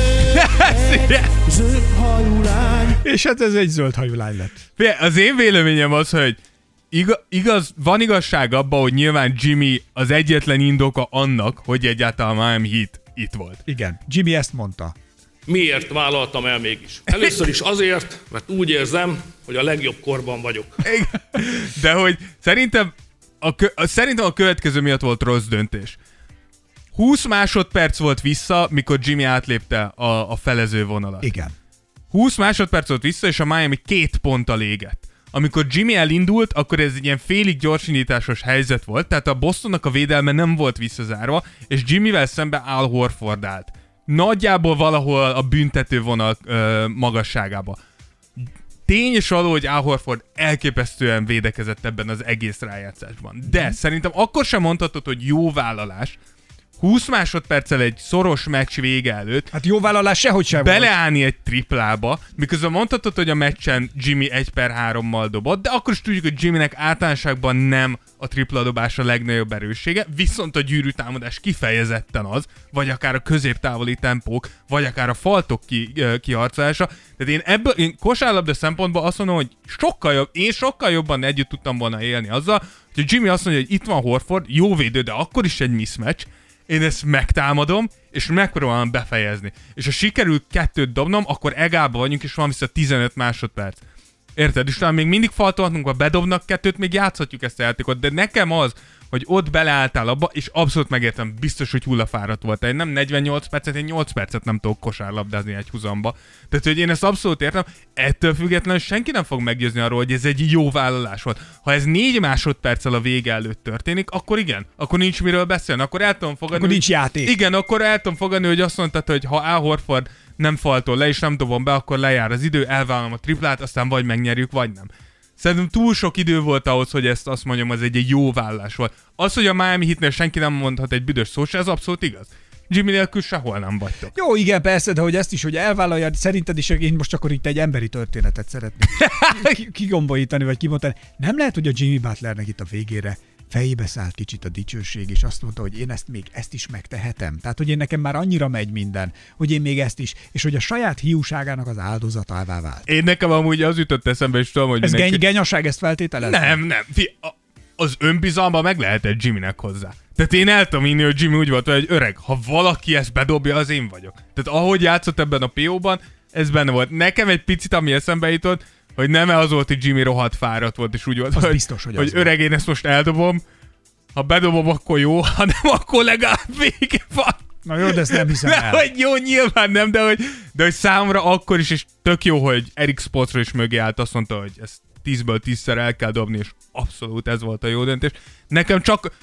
Zöldhajú lány. és hát ez egy zöldhajú lány lett. Az én véleményem az, hogy van igazság abban, hogy nyilván Jimmy az egyetlen indoka annak, hogy egyáltalán Miami Heat itt volt. Igen, Jimmy ezt mondta. Miért vállaltam el mégis? Először is azért, mert úgy érzem, hogy a legjobb korban vagyok. De hogy szerintem a következő miatt volt rossz döntés. 20 másodperc volt vissza, mikor Jimmy átlépte a felező vonalat. Igen. 20 másodperc volt vissza, és a Miami 2 ponttal égett. Amikor Jimmy elindult, akkor ez egy ilyen félig gyorsindításos helyzet volt, tehát a Bostonnak a védelme nem volt visszazárva, és Jimmyvel szembe Al Horford állt. Nagyjából valahol a büntető vonal magasságába. Tény és való, hogy Al Horford elképesztően védekezett ebben az egész rájátszásban. De szerintem akkor sem mondhatod, hogy jó vállalás, 20 másodperccel egy szoros meccs vége előtt. Hát jó vállalás sehogy sem beleállni egy triplába, miközben mondhatod, hogy a meccsen Jimmy 1/3-mal dobott, de akkor is tudjuk, hogy Jimmynek általánosságban nem a tripla dobás a legnagyobb erőssége, viszont a gyűrűtámadás kifejezetten az, vagy akár a középtávoli tempók, vagy akár a faltok kiharcolása. Tehát én kosárlabda szempontból azt mondom, hogy sokkal jobban együtt tudtam volna élni azzal, hogy Jimmy azt mondja, hogy itt van Horford, jó védő, de akkor is egy mismatch, én ezt megtámadom, és megpróbálom befejezni. És ha sikerül 2 dobnom, akkor egálba vagyunk, és van vissza 15 másodperc. Érted? És talán még mindig faltolhatunk, ha bedobnak 2, még játszhatjuk ezt a játékot, de nekem az, hogy ott beleálltál abba, és abszolút megértem, biztos, hogy hullafáradt volt. Én nem 48 percet, én 8 percet nem tudok kosárlabdázni egy húzamba. Tehát, hogy én ezt abszolút értem, ettől függetlenül senki nem fog meggyőzni arról, hogy ez egy jó vállalás volt. Ha ez 4 másodperccel a vége előtt történik, akkor igen, akkor nincs miről beszélni, akkor el tudom fogadni. Akkor nincs játék. Igen, akkor el tudom fogadni, hogy azt mondtad, hogy ha Al Horford nem faltol le, és nem dobom be, akkor lejár az idő, elvállalom a triplát, aztán vagy megnyerjük, vagy nem. Szerintem túl sok idő volt ahhoz, hogy ezt azt mondjam, az egy jó vállás volt. Az, hogy a Miami Heatnél senki nem mondhat egy büdös szót se, ez abszolút igaz. Jimmy nélkül sehol nem vagytok. Jó, igen, persze, de hogy ezt is, hogy elvállalja, szerinted is, én most akkor itt egy emberi történetet szeretnék kigombolítani, vagy kimondani. Nem lehet, hogy a Jimmy Butlernek itt a végére fejébe szállt kicsit a dicsőség, és azt mondta, hogy én ezt is megtehetem. Tehát, hogy én nekem már annyira megy minden, hogy én még ezt is, és hogy a saját hiúságának az áldozatává vált. Én nekem amúgy az jutott eszembe, és tudom, hogy ez genyaság, ezt feltételezni? Nem. Az önbizalma meg lehetett Jimmynek hozzá. Tehát én el tudom inni, hogy Jimmy úgy volt, hogy öreg, ha valaki ezt bedobja, az én vagyok. Tehát ahogy játszott ebben a PO-ban, ez benne volt. Nekem egy picit, ami eszembe jutott, hogy nem az volt, hogy Jimmy rohadt fáradt volt, és úgy volt, hogy, biztos, hogy öreg, én ezt most eldobom, ha bedobom, akkor jó, ha nem, akkor legalább vége van. Na jó, de ezt nem hiszem el. Hogy jó, nyilván nem, de hogy számomra akkor is, és tök jó, hogy Eric Spoelstra is mögé állt, azt mondta, hogy ezt 10-ből 10-szer el kell dobni, és abszolút ez volt a jó döntés. Nekem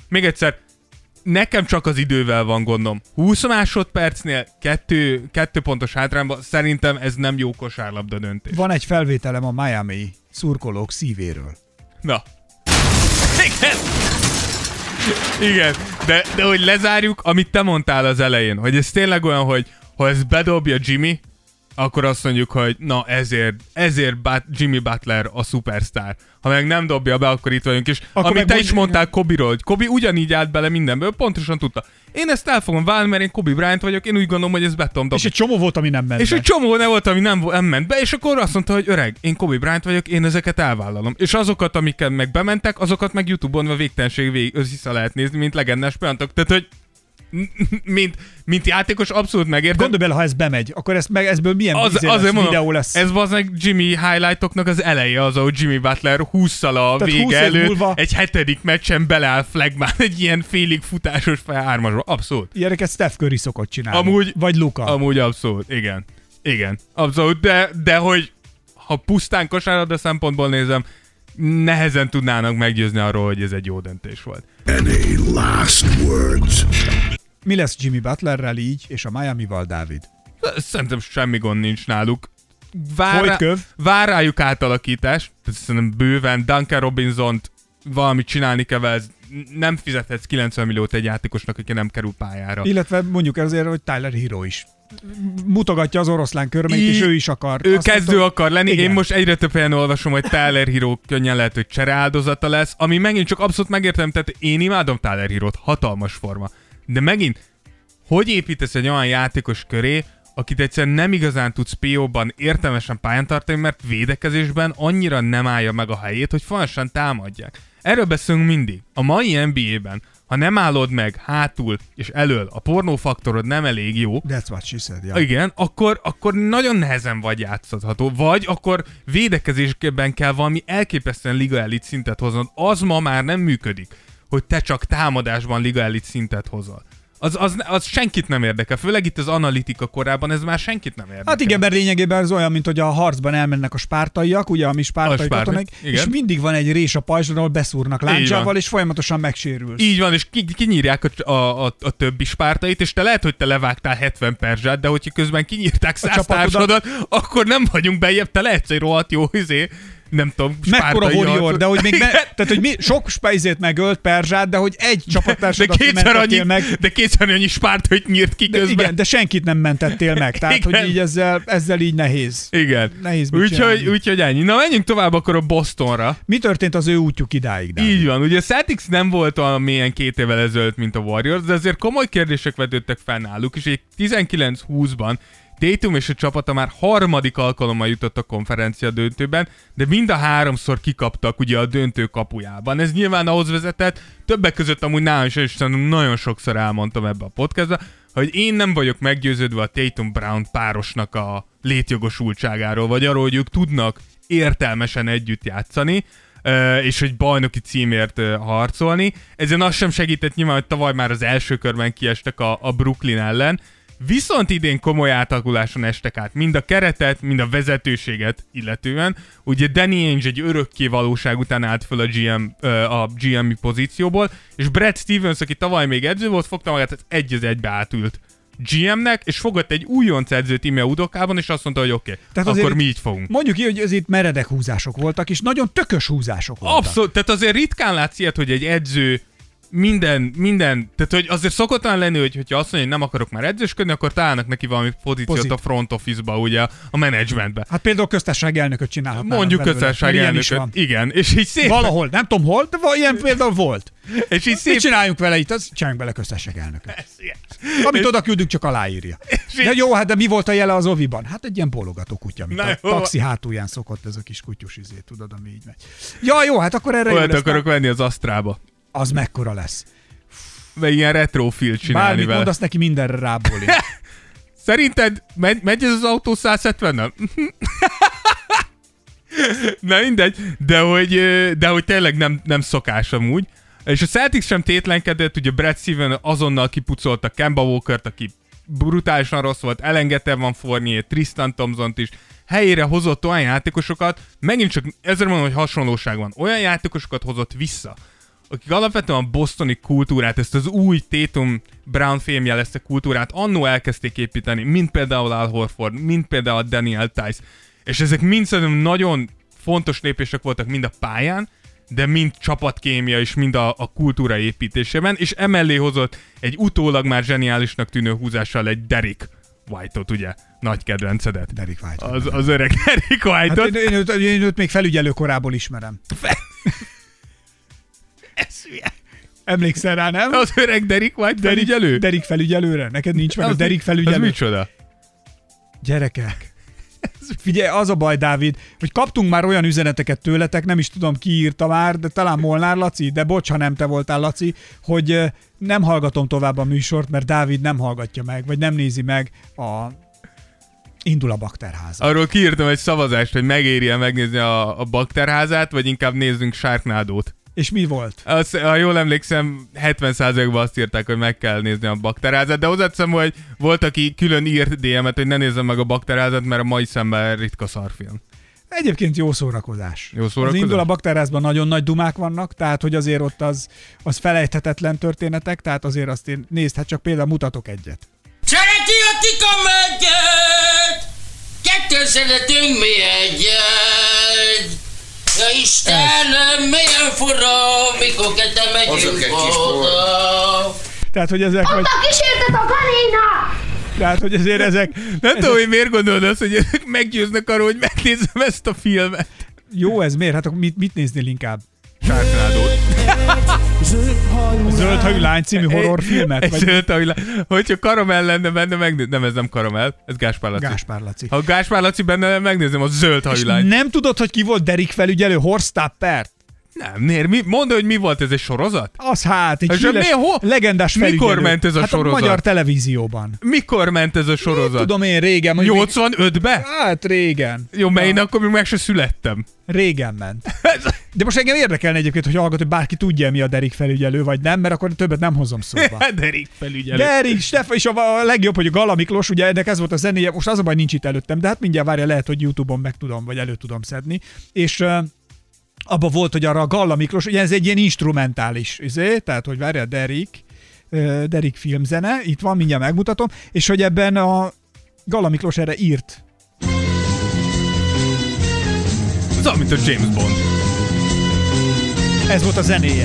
csak az idővel van gondom. 20 másodpercnél 2 pontos hátrányban szerintem ez nem jó kosárlabda döntés. Van egy felvételem a Miami szurkolók szívéről. Na. Igen, de hogy lezárjuk, amit te mondtál az elején, hogy ez tényleg olyan, hogy ha ezt bedobja Jimmy, akkor azt mondjuk, hogy na ezért Jimmy Butler a szupersztár. Ha meg nem dobja be, akkor itt vagyunk. És akkor amit te is mondtál Kobe-ról, hogy Kobe ugyanígy állt bele mindenből, pontosan tudta. Én ezt el fogom válni, mert én Kobe Bryant vagyok, én úgy gondolom, hogy ezt be tudom dobni. És egy csomó volt, ami nem ment be. És egy csomó volt, ami nem ment be, és akkor azt mondta, hogy öreg, én Kobe Bryant vagyok, én ezeket elvállalom. És azokat, amiket meg bementek, azokat meg YouTube-on a végtelenség vissza lehet nézni, mint legendás pillanatok. Tehát, hogy mint játékos abszolút megértem. Gondolj bele, ha ez bemegy, akkor ezből milyen videó lesz? Ez valószínűleg Jimmy highlightoknak az eleje az, ahogy Jimmy Butler 20-szal a vége előtt egy 7. meccsen beleáll flagmán egy ilyen félig futásos hármasba. Abszolút. Ilyeneket Steph Curry szokott csinálni. Vagy Luka. Amúgy abszolút, igen. Abszolút, de hogy ha pusztán kosárlabda szempontból nézem, nehezen tudnának meggyőzni arról, hogy ez egy jó döntés volt. Any last words? Mi lesz Jimmy Butlerrel így, és a Miamival, Dávid? Szerintem semmi gond nincs náluk. Vár rájuk átalakítás, szerintem bőven Duncan Robinsont valamit csinálni kell vele, nem fizethetsz 90 milliót egy játékosnak, aki nem kerül pályára. Illetve mondjuk azért, hogy Tyler Hero is mutogatja az oroszlán körmeit, és ő is akar. Ő kezdő akar lenni. Igen. Én most egyre több helyen olvasom, hogy Tyler Hero könnyen lehet, hogy csereáldozata lesz, ami megint csak abszolút megértem, tehát én imádom Tyler Hero-t, hatalmas forma. De megint, hogy építesz egy olyan játékos köré, akit egyszerűen nem igazán tudsz PO-ban értelmesen pályán tartani, mert védekezésben annyira nem állja meg a helyét, hogy fontosan támadják. Erről beszélünk mindig. A mai NBA-ben, ha nem állod meg hátul és elől, a pornófaktorod nem elég jó. That's what she said, yeah. Igen, akkor nagyon nehezen vagy játszható. Vagy akkor védekezésben kell valami elképesztően liga elit szintet hoznod. Az ma már nem működik, hogy te csak támadásban liga elit szintet hozol. Az senkit nem érdekel, főleg itt az analitika korában ez már senkit nem érdekel. Hát igen, mert lényegében ez olyan, mint hogy a harcban elmennek a spártaiak, ugye, ami spártai katonák, és mindig van egy rés a pajzson, ahol beszúrnak láncsával, és folyamatosan megsérülsz. Így van, és kinyírják a többi spártait, és te lehet, hogy te levágtál 70 perzsát, de hogyha közben kinyírták 100 társadat, akkor nem vagyunk bejebb, te lehetsz egy rohadt jó nem tudom, mekkora warrior, de hogy még tehát, hogy sok spejzét megölt Perzsát, de hogy egy csapattársadat mentettél meg. De kétszer annyi spártait nyírt ki közben. Igen, de senkit nem mentettél meg, tehát igen. Hogy így ezzel így nehéz. Igen. Nehéz úgyhogy ennyi. Na menjünk tovább akkor a Bostonra. Mi történt az ő útjuk idáig? Dávid? Így van. Ugye a Celtics nem volt olyan mélyen 2 évvel ezelőtt, mint a Warriors, de azért komoly kérdések vetődtek fel náluk, és 19-20-ban Tatum és a csapata már 3. alkalommal jutott a konferencia döntőben, de mind a 3-szor kikaptak ugye a döntő kapujában. Ez nyilván ahhoz vezetett, többek között amúgy nálam is nagyon sokszor elmondtam ebbe a podcastba, hogy én nem vagyok meggyőződve a Tatum-Brown párosnak a létjogosultságáról, vagy arról, hogy ők tudnak értelmesen együtt játszani, és hogy bajnoki címért harcolni. Ezen az sem segített nyilván, hogy tavaly már az első körben kiestek a Brooklyn ellen, viszont idén komoly átalakuláson estek át, mind a keretet, mind a vezetőséget illetően. Ugye Danny Ainge egy örökké valóság után állt föl a GM pozícióból, és Brad Stevens, aki tavaly még edző volt, fogta magát, egy az egybe átült GM-nek, és fogott egy újonc edzőt Ime Udokában, és azt mondta, hogy oké, akkor mi így fogunk. Mondjuk így, hogy ez itt meredek húzások voltak, és nagyon tökös húzások voltak. Abszolút, tehát azért ritkán látsz ilyet, hogy egy edző minden, tehát hogy azért szokott lenni, hogyha azt mondja, hogy nem akarok már edzősködni, akkor találnak neki valami pozíciót a front office-ba, ugye a menedzsmentbe. Hát például köztársasági elnököt csinálhatnának. Mondjuk köztársasági elnököt, igen. És így szépen... Valahol, nem tudom hol, de ilyen például volt. És így szépen... csináljunk vele itt, csináljunk bele köztársasági elnököt. Amit oda küldünk, csak aláírja. De jó, hát de mi volt a jele az oviban? Hát egy ilyen bólogató kutya, mint a taxi hátulján szokott ez a kis kutyus tudod, ami így megy. Ja, jó, hát akkor erre olyat akarok venni az Astrába. Az mekkora lesz? Vagy ilyen retrofil csinálni bármit vele. mondasz neki, mindenre rábólint. Szerinted megy ez az autó 170-nel? Na mindegy, de hogy tényleg nem szokás amúgy. És a Celtics sem tétlenkedett, ugye Brad Stevens azonnal kipucolta Kemba Walkert, aki brutálisan rossz volt, elengedte Van Fournier, Tristan Thompsont is, helyére hozott olyan játékosokat, megint csak ezzel mondom, hogy hasonlóság van, olyan játékosokat hozott vissza, akik alapvetően a bostoni kultúrát, ezt az új Tatum-Brown fémjelezte kultúrát annó elkezdték építeni, mint például Al Horford, mint például Daniel Tice, és ezek mind szerintem nagyon fontos lépések voltak mind a pályán, de mind csapatkémia és mind a kultúra építésében, és emellé hozott egy utólag már zseniálisnak tűnő húzással egy Derrick White-ot, ugye? Nagy kedvencedet. Derrick White. Az öreg Derrick White-ot. Hát én őt még felügyelő korából ismerem. Ez hülye. Emlékszel rá, nem? Az öreg Derrick White felügyelő? Derrick felügyelőre? Neked nincs meg a Derrick felügyelő? Az micsoda? Gyerekek. Figyelj, az a baj, Dávid, hogy kaptunk már olyan üzeneteket tőletek, nem is tudom ki írta már, de talán Molnár Laci, de bocs, ha nem te voltál, Laci, hogy nem hallgatom tovább a műsort, mert Dávid nem hallgatja meg, vagy nem nézi meg Indul a Bakterháza. Arról kiírtam egy szavazást, hogy megéri-e megnézni a Bakterházát, vagy inkább nézzünk Sharknado-t. És mi volt? Ha jól emlékszem, 70%-ban azt írták, hogy meg kell nézni a Bakterházát, de hozzáteszem, hogy volt, aki külön írt DM-et, hogy ne nézzem meg a Bakterházát, mert a mai szemben ritka szarfilm. Egyébként jó szórakozás. Jó szórakozás? Az Indul a Bakterházban nagyon nagy dumák vannak, tehát hogy azért ott az felejthetetlen történetek, tehát azért azt én nézd, hát csak például mutatok egyet. Szereti a tika megget, kettőn szeretünk mi egyet. Ja Istenem, milyen fura, mikor ketten megyünk oda. Tehát, hogy ezek vagy... Ott a kísértet a kanina! Tehát, hogy ezért ezek... Nem tudom, hogy miért gondolod azt, hogy ezek meggyőznek arról, hogy megnézem ezt a filmet. Jó, ez miért? Hát akkor mit néznél inkább? Sharknado-t. Zöldhajú lány című horrorfilmet? Egy zöldhajú lány. Hogyha Karamell lenne benne, megnézem. Nem, ez nem Karamell, ez Gáspár Laci. Gáspár Laci. Ha Gáspár Laci benne, megnézem a zöldhajú lány. Nem tudod, hogy ki volt Derrick felügyelő? Horst Tappert? Nem, miért? Mondd, hogy mi volt ez, egy sorozat? Az hát, egy híres, legendás felügyelő. Mikor ment ez a sorozat? A magyar televízióban. Mikor ment ez a sorozat? Tudom én, régen. 85-ben? Hát régen. Jó, mert én akkor még meg se születtem. Régen ment. De most engem érdekelne egyébként, hogy hallgat, hogy bárki tudja, mi a Derrick felügyelő, vagy nem, mert akkor többet nem hozom szóba. Derrick felügyelő. Derrick, Stefan, és a legjobb, hogy a Gala Miklós, ugye ennek ez volt a zenéje, most az a baj, nincs itt előttem, de hát mindjárt várja, lehet, hogy YouTube-on meg tudom, vagy elő tudom szedni. És abba volt, hogy arra a Galla Miklós, ugye ez egy ilyen instrumentális, tehát, hogy várja, Derrick filmzene, itt van, mindjárt megmutatom, és hogy ebben a Galla Miklós erre írt Ez olyan, mint a James Bond. Ez volt a zenéje.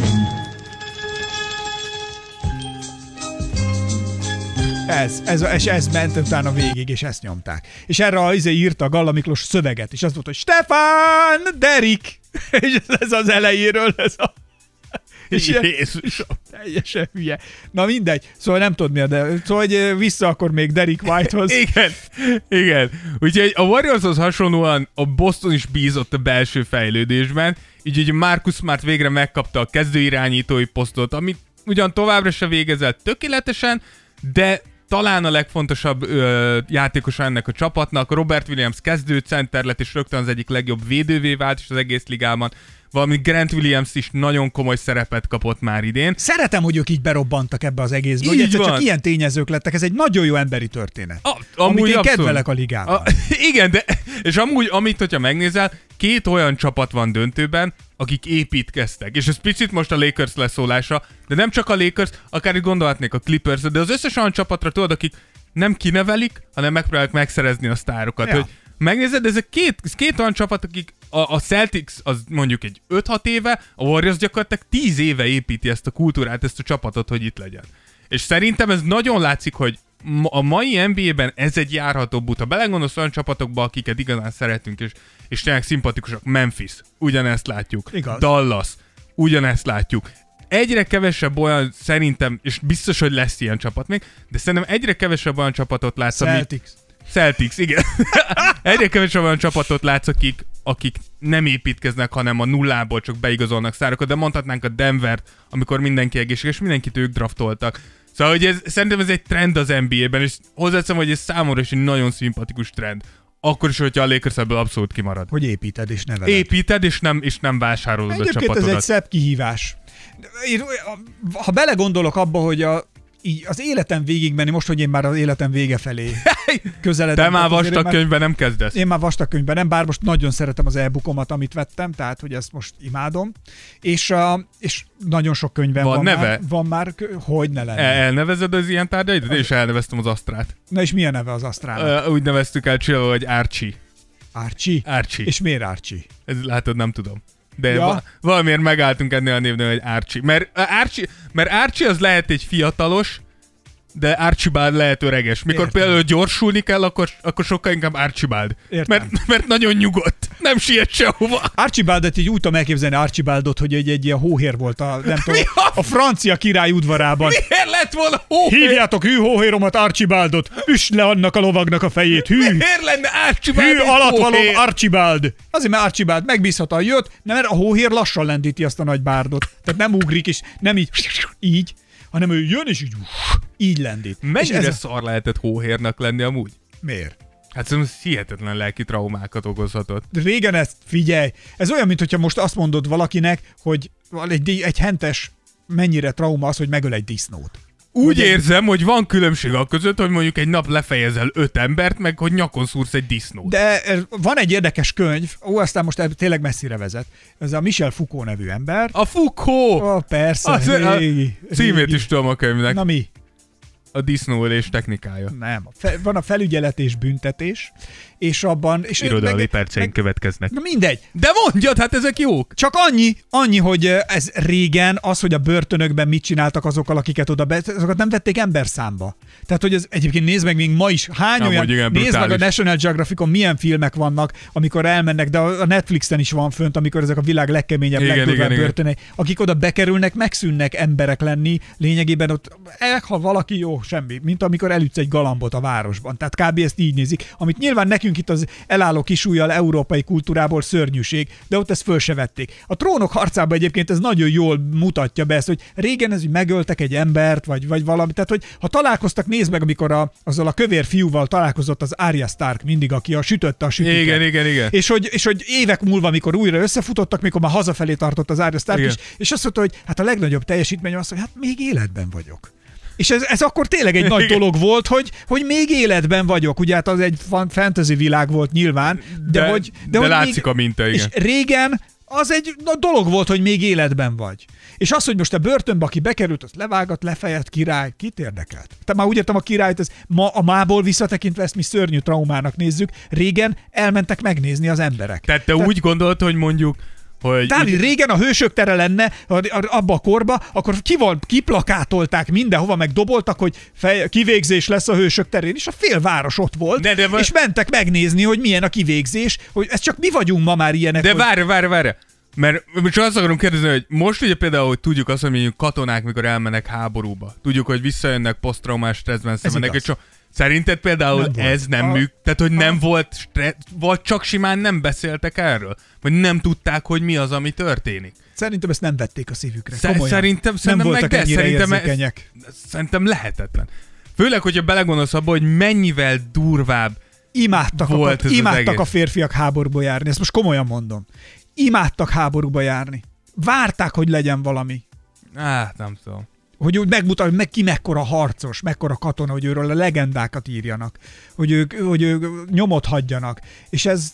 Ez ment utána végig, és ezt nyomták. És erre írta a Galla Miklós szöveget, és az volt, hogy Stefán Derik! És ez az elejéről, és Jézus. Teljesen hülye. Na mindegy, szóval nem tudod miért, de szóval hogy vissza akkor még Derek Whitehoz. Igen. Úgyhogy a Warriorshoz hasonlóan a Boston is bízott a belső fejlődésben, így Marcus Smart végre megkapta a kezdőirányítói posztot, amit ugyan továbbra se végezett tökéletesen, de talán a legfontosabb játékosa ennek a csapatnak. Robert Williams kezdőcenter lett, és rögtön az egyik legjobb védővé vált is az egész ligában. Valamint Grant Williams is nagyon komoly szerepet kapott már idén. Szeretem, hogy ők így berobbantak ebbe az egészbe. Ugye csak ilyen tényezők lettek, ez egy nagyon jó emberi történet. Amit én kedvelek a ligában. Igen, de és amúgy, hogyha megnézel, 2 olyan csapat van döntőben, akik építkeztek. És ez picit most a Lakers leszólása, de nem csak a Lakers, akár itt gondolhatnék a Clippers, de az összes olyan csapatra tudod, akik nem kinevelik, hanem megpróbálják megszerezni a sztárokat. Ja. Hogy megnézed, ez két olyan csapat, akik a Celtics az mondjuk egy 5-6 éve, a Warriors gyakorlatilag 10 éve építi ezt a kultúrát, ezt a csapatot, hogy itt legyen. És szerintem ez nagyon látszik, hogy a mai NBA-ben ez egy járható út. Ha belegondolsz olyan csapatokba, akiket igazán szeretünk, és tényleg szimpatikusak, Memphis, ugyanezt látjuk. Igaz. Dallas, ugyanezt látjuk. Egyre kevesebb olyan, szerintem, és biztos, hogy lesz ilyen csapat még, de szerintem egyre kevesebb olyan csapatot látsz, Celtics, igen. Egyre kevesebb olyan csapatot látsz, akik nem építkeznek, hanem a nullából csak beigazolnak szárokat, de mondhatnánk a Denvert, amikor mindenki egészséges, mindenkit ők draftoltak. Szóval, hogy szerintem ez egy trend az NBA-ben, és hozzáteszem, hogy ez számomra is egy nagyon szimpatikus trend. Akkor is, hogyha a Lakers ebből abszolút kimarad. Hogy építed és neveled. Építed és nem vásárolod a csapatodat. Egyébként ez egy szebb kihívás. Ha belegondolok abba, hogy így az életem végig menni, most, hogy én már az életem vége felé közeledem. Te már vastagkönyvben nem kezdesz. Én már vastagkönyvben nem, bár most nagyon szeretem az e-bookomat, amit vettem, tehát, hogy ezt most imádom. És nagyon sok könyvem van neve? Van már, hogy ne lenne. Elnevezed az ilyen tárgyait? Én is elneveztem az Asztrát. Na és mi a neve az Asztrának? Úgy neveztük el Csilló, hogy Archie. Archie? És miért Archie? Látod, nem tudom. De valamiért megálltunk ennél a névnél, hogy Archie. Mert Archie az lehet egy fiatalos, de Archibald lehet öreges. Mikor Értem. Például gyorsulni kell, akkor sokkal inkább Archibald. Mert nagyon nyugodt. Nem siet sehova. Archibaldot így úgy tudom elképzelni Archibaldot, hogy egy ilyen hóhér volt a francia király udvarában. Miért lett volna hóhér? Hívjátok hóhéromat Archibaldot, üsd le annak a lovagnak a fejét. Miért lenne Archibald? Hű alatvaló Archibald. Azért, mert Archibald megbízhatóan jött, mert a hóhér lassan lendíti azt a nagy bárdot. Tehát nem ugrik, és nem így, hanem ő jön, és így lendít. Mennyire szar lehetett hóhérnak lenni amúgy? Miért? Hát szerintem hihetetlen lelki traumákat okozhatott. Régen ezt figyelj, ez olyan, mintha most azt mondod valakinek, hogy egy hentes mennyire trauma az, hogy megöl egy disznót. Úgy érzem, hogy van különbség a között, hogy mondjuk egy nap lefejezel 5 embert, meg hogy nyakon szúrsz egy disznót. De van egy érdekes könyv, aztán most tényleg messzire vezet. Ez a Michel Foucault nevű ember. A Foucault! Persze, régi. Címét is tudom a könyvnek. Na mi? A disznóölés technikája. Nem. Van a felügyelet és büntetés, és abban... És irodalmi perceink következnek. Na mindegy. De mondjad, hát ezek jók. Csak annyi, hogy ez régen az, hogy a börtönökben mit csináltak azokkal, akiket azokat nem vették emberszámba. Tehát, hogy ez egyébként nézd meg még ma is, nézd meg a National Geographicon milyen filmek vannak, amikor elmennek, de a Netflixen is van fönt, amikor ezek a világ legkeményebb, legdurvább börtönei, akik oda bekerülnek, megszűnnek emberek lenni, lényegében ott ha valaki jó, semmi, mint amikor elütsz egy galambot a városban. Tehát kb. Ezt így nézik, amit nyilván nekünk itt az elálló kisújjal európai kultúrából szörnyűség, de ott ezt föl se vették. A Trónok harcában egyébként ez nagyon jól mutatja be ezt, hogy régen ez, hogy megöltek egy embert, vagy valami. Tehát, hogy ha találkoztak, nézd meg, amikor azzal a kövér fiúval találkozott az Arya Stark mindig, aki sütötte a sütiket. Igen. És hogy évek múlva, amikor újra összefutottak, mikor már hazafelé tartott az Arya Stark is, és azt mondta, hogy hát a legnagyobb teljesítmény az, hogy hát még életben vagyok. És ez akkor tényleg egy nagy dolog volt, hogy még életben vagyok. Ugye hát az egy fantasy világ volt nyilván. De látszik a minta, igen. És régen az egy dolog volt, hogy még életben vagy. És az, hogy most a börtönbe, aki bekerült, az levágat, lefejett, király, kit érdekelt? Te már úgy értem a királyt, ez a mából visszatekintve ezt mi szörnyű traumának nézzük, régen elmentek megnézni az emberek. Tehát te úgy gondolt, hogy mondjuk, hogy... Dávid, régen a hősök tere lenne abba a korba, akkor kiplakátolták mindenhova, meg doboltak, hogy kivégzés lesz a hősök terén, és a félváros ott volt, és mentek megnézni, hogy milyen a kivégzés, hogy ez csak mi vagyunk ma már ilyenek. De várj. Mert csak azt akarom kérdezni, hogy most ugye például, hogy tudjuk azt, hogy mondjuk katonák, mikor elmennek háborúba, tudjuk, hogy visszajönnek posztraumás stresszben szenvednek, és szerinted például ez nem működik? Tehát, hogy nem volt vagy csak simán nem beszéltek erről? Vagy nem tudták, hogy mi az, ami történik? Szerintem ezt nem vették a szívükre. Szerintem nem voltak ennyire érzékenyek. Szerintem lehetetlen. Főleg, hogyha belegondolsz abba, hogy mennyivel durvább imádtak a férfiak háborúba járni. Ezt most komolyan mondom. Imádtak háborúba járni. Várták, hogy legyen valami. Nem tudom. Hogy úgy megmutatja, hogy ki mekkora harcos, mekkora katona, hogy őről a legendákat írjanak, hogy ők nyomot hagyjanak. És ez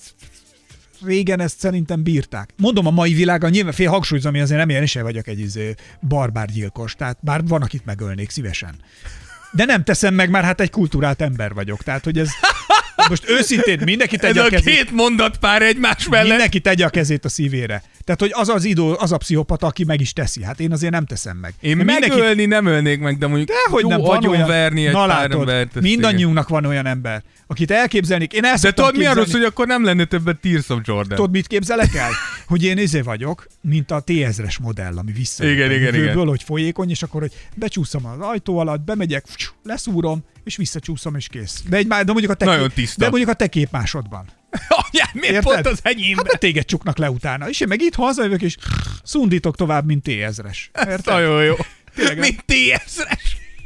régen ezt szerintem bírták. Mondom, a mai világban nyilván hangsúlyozom, hogy azért nem én sem vagyok egy barbárgyilkos, tehát bár van, akit megölnék szívesen. De nem teszem meg, már hát egy kultúrált ember vagyok. Tehát, hogy ez... Most őszintén mindenki tegye a kezét. Ez a két mondatpár egymás mellett. Mindenki tegye a kezét a szívére. Tehát, hogy az a pszichopata, aki meg is teszi. Hát én azért nem teszem meg. Én megölni nem ölnék meg, de mondjuk jó agyonverni egy pár embert. Mindannyiunknak van olyan ember, akit elképzelnék. Én el szoktam tudod, mi arról, hogy akkor nem lenne többet Tears of Jordan. Tudod, mit képzelek el? Hogy én vagyok, mint a T-1000-es modell, ami visszajön. Igen. Hogy folyékony, és akkor, hogy becsúszom az ajtó alatt, bemegyek, leszúrom, és visszacsúszom, és kész. De mondjuk a te képmásodban. Miért pont az enyémben? Hát téged csuknak le utána. És én meg itt hazajövök, és szundítok tovább, mint T-1000-es. Ez nagyon jó. Mint T-1000-es.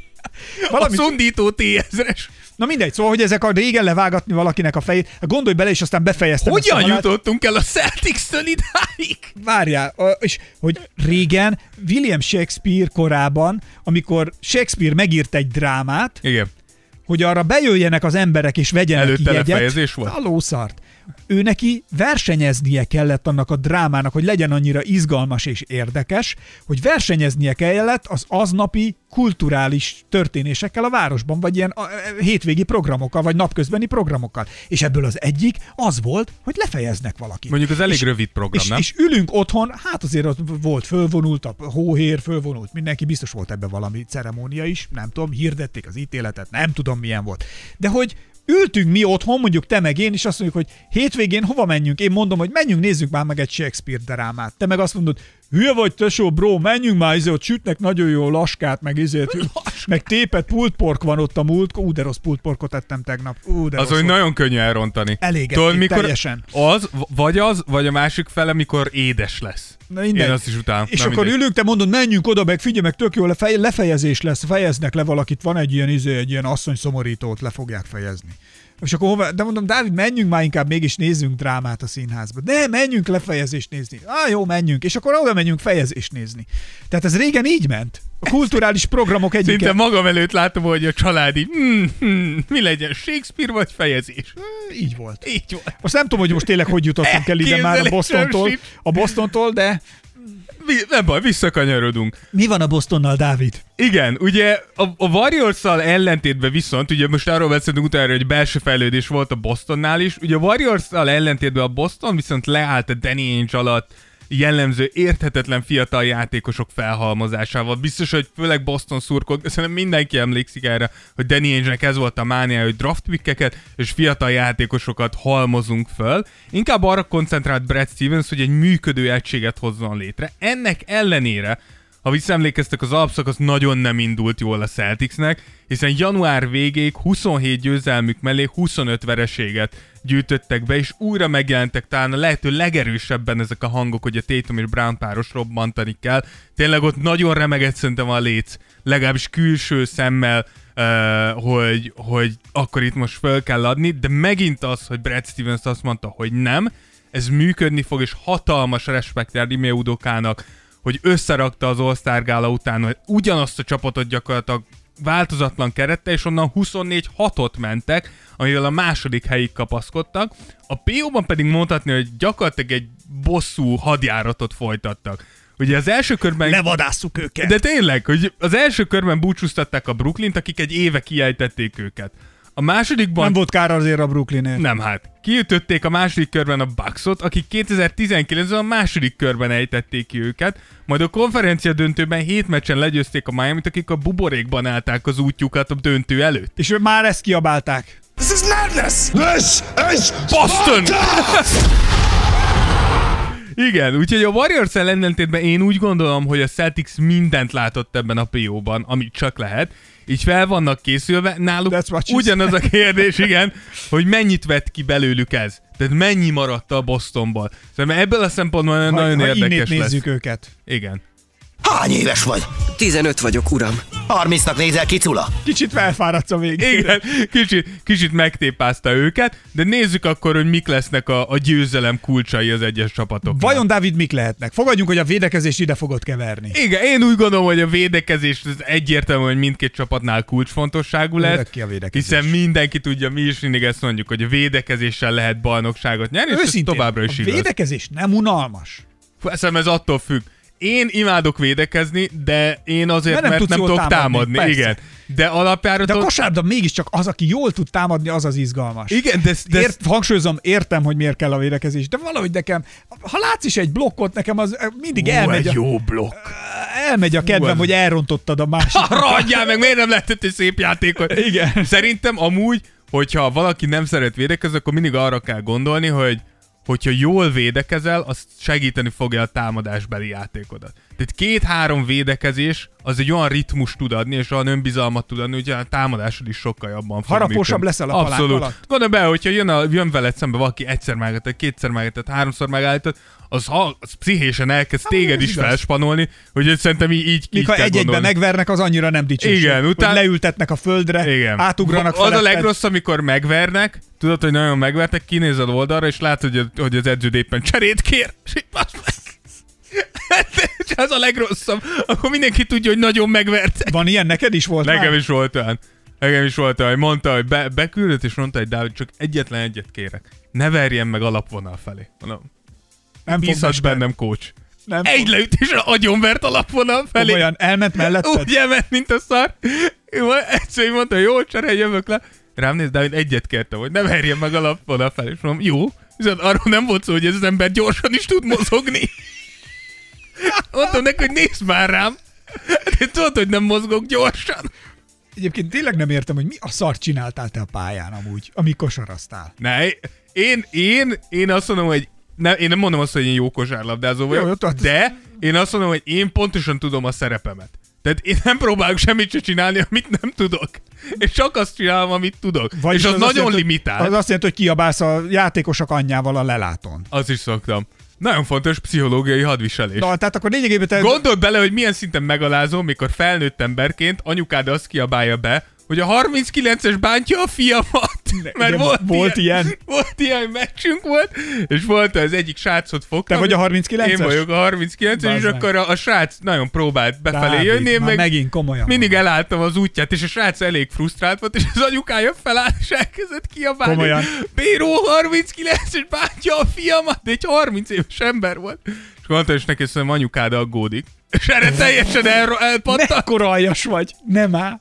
A szundító T-1000-es. Na mindegy, szóval, hogy ezek a régen levágatni valakinek a fejét, gondolj bele, és aztán befejeztem. Hogyan jutottunk el a Celtics-től idáig? Várjál, és hogy régen William Shakespeare korában, amikor Shakespeare megírt egy drámát, igen, hogy arra bejöjjenek az emberek és vegyenek előtte jegyet. Lefejezés volt? A lószart. Ő neki versenyeznie kellett annak a drámának, hogy legyen annyira izgalmas és érdekes, hogy versenyeznie kellett az aznapi kulturális történésekkel a városban, vagy ilyen hétvégi programokkal, vagy napközbeni programokkal. És ebből az egyik az volt, hogy lefejeznek valakit. Mondjuk az elég rövid program, nem? És ülünk otthon, hát azért ott volt fölvonult, a hóhér fölvonult, mindenki, biztos volt ebben valami ceremónia is, nem tudom, hirdették az ítéletet, nem tudom milyen volt. De hogy ültünk mi otthon, mondjuk te meg én, és azt mondjuk, hogy hétvégén hova menjünk? Én mondom, hogy menjünk, nézzük már meg egy Shakespeare drámát. Te meg azt mondod, hülye vagy tesó, bro, menjünk már, ott sütnek nagyon jó laskát, meg tépet pultpork van ott a múlt. De rossz pultporkot ettem tegnap. Az, hogy nagyon könnyű elrontani. Elégették teljesen. Vagy a másik fele, mikor édes lesz. Na, én azt is utálom. És akkor ülünk, te mondod, menjünk oda, meg figyelj, meg tök jó, lefejezés lesz, fejeznek le valakit, van egy ilyen asszony szomorítót, le fogják fejezni. És akkor hova? De mondom, Dávid, menjünk már inkább, mégis nézzünk drámát a színházba. De menjünk lefejezést nézni. Jó, menjünk. És akkor oda menjünk fejezést nézni. Tehát ez régen így ment. A kulturális programok egyike. Szinte magam előtt látom, hogy a család így, mi legyen, Shakespeare vagy fejezés? Így volt. Most nem tudom, hogy most tényleg hogy jutottunk el ide már a Bostontól, de... Nem baj, visszakanyarodunk. Mi van a Bostonnal, Dávid? Igen, ugye a Warriors-szal ellentétben viszont, ugye most arról beszéltünk utána, hogy belső fejlődés volt a Bostonnál is, ugye a Warriors-szal ellentétben a Boston viszont leállt a Danny Ainge alatt jellemző érthetetlen fiatal játékosok felhalmozásával. Biztos, hogy főleg Boston szurkolók, de szerintem mindenki emlékszik erre, hogy Danny Ainge-nek ez volt a mániája, hogy draft pickeket és fiatal játékosokat halmozunk föl. Inkább arra koncentrált Brad Stevens, hogy egy működő egységet hozzon létre. Ennek ellenére, ha visszaemlékeztek, az alapszakasz nagyon nem indult jól a Celticsnek, hiszen január végéig 27 győzelmük mellé 25 vereséget gyűjtöttek be, és újra megjelentek talán a lehető legerősebben ezek a hangok, hogy a Tatum és Brown páros robbantani kell. Tényleg ott nagyon remegett szerintem a léc, legalábbis külső szemmel, hogy akkor itt most föl kell adni, de megint az, hogy Brad Stevens azt mondta, hogy nem, ez működni fog, és hatalmas respekt jár Ime Udokának, hogy összerakta az All-Star gála után, hogy ugyanazt a csapatot gyakorlatilag változatlan kerettel, és onnan 24-6-ot mentek, amivel a második helyig kapaszkodtak. A PO-ban pedig mondhatni, hogy gyakorlatilag egy bosszú hadjáratot folytattak. Ugye az első körben... Levadásszuk őket. De tényleg, hogy az első körben búcsúztatták a Brooklynt, akik egy éve kiejtették őket. A másodikban... Nem volt kár azért a Brooklynért. Nem, hát. Kiütötték a második körben a Bucksot, akik 2019-ben a második körben ejtették ki őket, majd a konferencia döntőben 7 meccsen legyőzték a Miamit, akik a buborékban állták az útjukat a döntő előtt. És már ezt kiabálták. This is madness! This is Boston! Igen, úgyhogy a Warriors ellentétben én úgy gondolom, hogy a Celtics mindent látott ebben a PO-ban, amit csak lehet. Így fel vannak készülve, náluk ugyanaz a kérdés, igen, hogy mennyit vett ki belőlük ez. Tehát mennyi maradt a Bostonból. Szóval ebből a szempontból nagyon érdekes lesz. Nézzük őket. Igen. Hány éves vagy? 15 vagyok, uram. 30-nak nézel ki, Cula? Kicsit felfáradsz a végén. Igen, kicsit megtépázta őket, de nézzük akkor, hogy mik lesznek a győzelem kulcsai az egyes csapatoknak. Vajon, Dávid, mik lehetnek? Fogadjunk, hogy a védekezést ide fogod keverni. Igen, én úgy gondolom, hogy a védekezés egyértelmű, hogy mindkét csapatnál kulcsfontosságú lesz, hiszen mindenki tudja, mi is mindig ezt mondjuk, hogy a védekezéssel lehet bajnokságot nyerni, és ez továbbra is igaz. A védekezés nem unalmas. Szerintem ez attól függ. Én imádok védekezni, de én azért, mert nem tudok támadni. Igen. De alapjáraton... De a kosárlabda mégiscsak az, aki jól tud támadni, az az izgalmas. Igen, de... Hangsúlyozom, értem, hogy miért kell a védekezés, de valahogy nekem, ha látsz is egy blokkot, nekem az mindig elmegy egy jó blokk. Elmegy a kedvem, hogy elrontottad a másikat. Ragyjál meg, miért nem lehetett egy szép játékot? Igen. Szerintem amúgy, hogyha valaki nem szeret védekezni, akkor mindig arra kell gondolni, hogyha jól védekezel, az segíteni fogja a támadásbeli játékodat. Tehát 2-3 védekezés az egy olyan ritmus tud adni, és olyan önbizalmat tud adni, hogy a támadásod is sokkal jobban fog harapósabb leszel a palák alatt. Abszolút. Gondolj be, hogyha jön veled szembe valaki egyszer megállított, kétszer megállított, háromszor megállított, az pszichésen elkezd téged is felspanolni, hogy szerintem így kell gondolni. Egy-egyben megvernek, az annyira nem dicsőség. Igen, utána leültetnek a földre, igen. Átugranak feletted. Az a legrossz, amikor megvernek, tudod, hogy nagyon megvertek, kinézed oldalra, és látod, hogy az edződ éppen cserét kér, és így ez a legrosszabb. Akkor mindenki tudja, hogy nagyon megvertek. Van ilyen? Neked is volt? Nekem is volt olyan. Hogy mondta, hogy beküldött, és mondta, hogy Dávid, csak egyetlen egyet kérek. Ne verjen meg alapvonal felé. Mondom, nem bízhatsz bennem, coach. Nem egy leütésre agyonvert alapvonal felé. Olyan elment melletted? Úgy elment, mint a szar. Egyszerűen mondta, jó, csere, jövök le. Rám nézd, Dávid, egyet kértem, hogy ne verjen meg alapvonal felé. És mondom, jó. Viszont arról nem volt szó, hogy ez az ember gyorsan is tud mozogni. Mondtam neki, hogy nézd már rám. Én tudod, hogy nem mozgok gyorsan. Egyébként tényleg nem értem, hogy mi a szart csináltál te a pályán amúgy, amíg kosaraztál. Ne, én azt mondom, hogy én nem mondom azt, hogy én jó kosárlabdázó vagyok, de én azt mondom, hogy én pontosan tudom a szerepemet. Tehát én nem próbálok semmit se csinálni, amit nem tudok. És csak azt csinálom, amit tudok. És az nagyon limitál. Az azt jelenti, hogy kiabálsz a játékosok anyjával a lelátón. Az is szoktam. Nagyon fontos pszichológiai hadviselés. Na, tehát akkor lényegében Gondolj bele, hogy milyen szinten megalázom, mikor felnőtt emberként anyukád azt kiabálja be, hogy a 39-es bántja a fiamat. Mert volt ilyen. Volt ilyen meccsünk volt, és volt az egyik srácot fogtam. Te vagy a 39-es? Én vagyok a 39-es, és akkor a srác nagyon próbált befelé jönni, én meg megint komolyan mindig elálltam az útját, és a srác elég frusztrált volt, és az anyukája felállt, és elkezdett kiabálni. Komolyan. Bíró 39-es bántja a fiamat, de egy 30 éves ember volt. És mondta, és neki szerintem anyukád aggódik. És erre teljesen elpattant. Mekkora aljas vagy? Nem áll.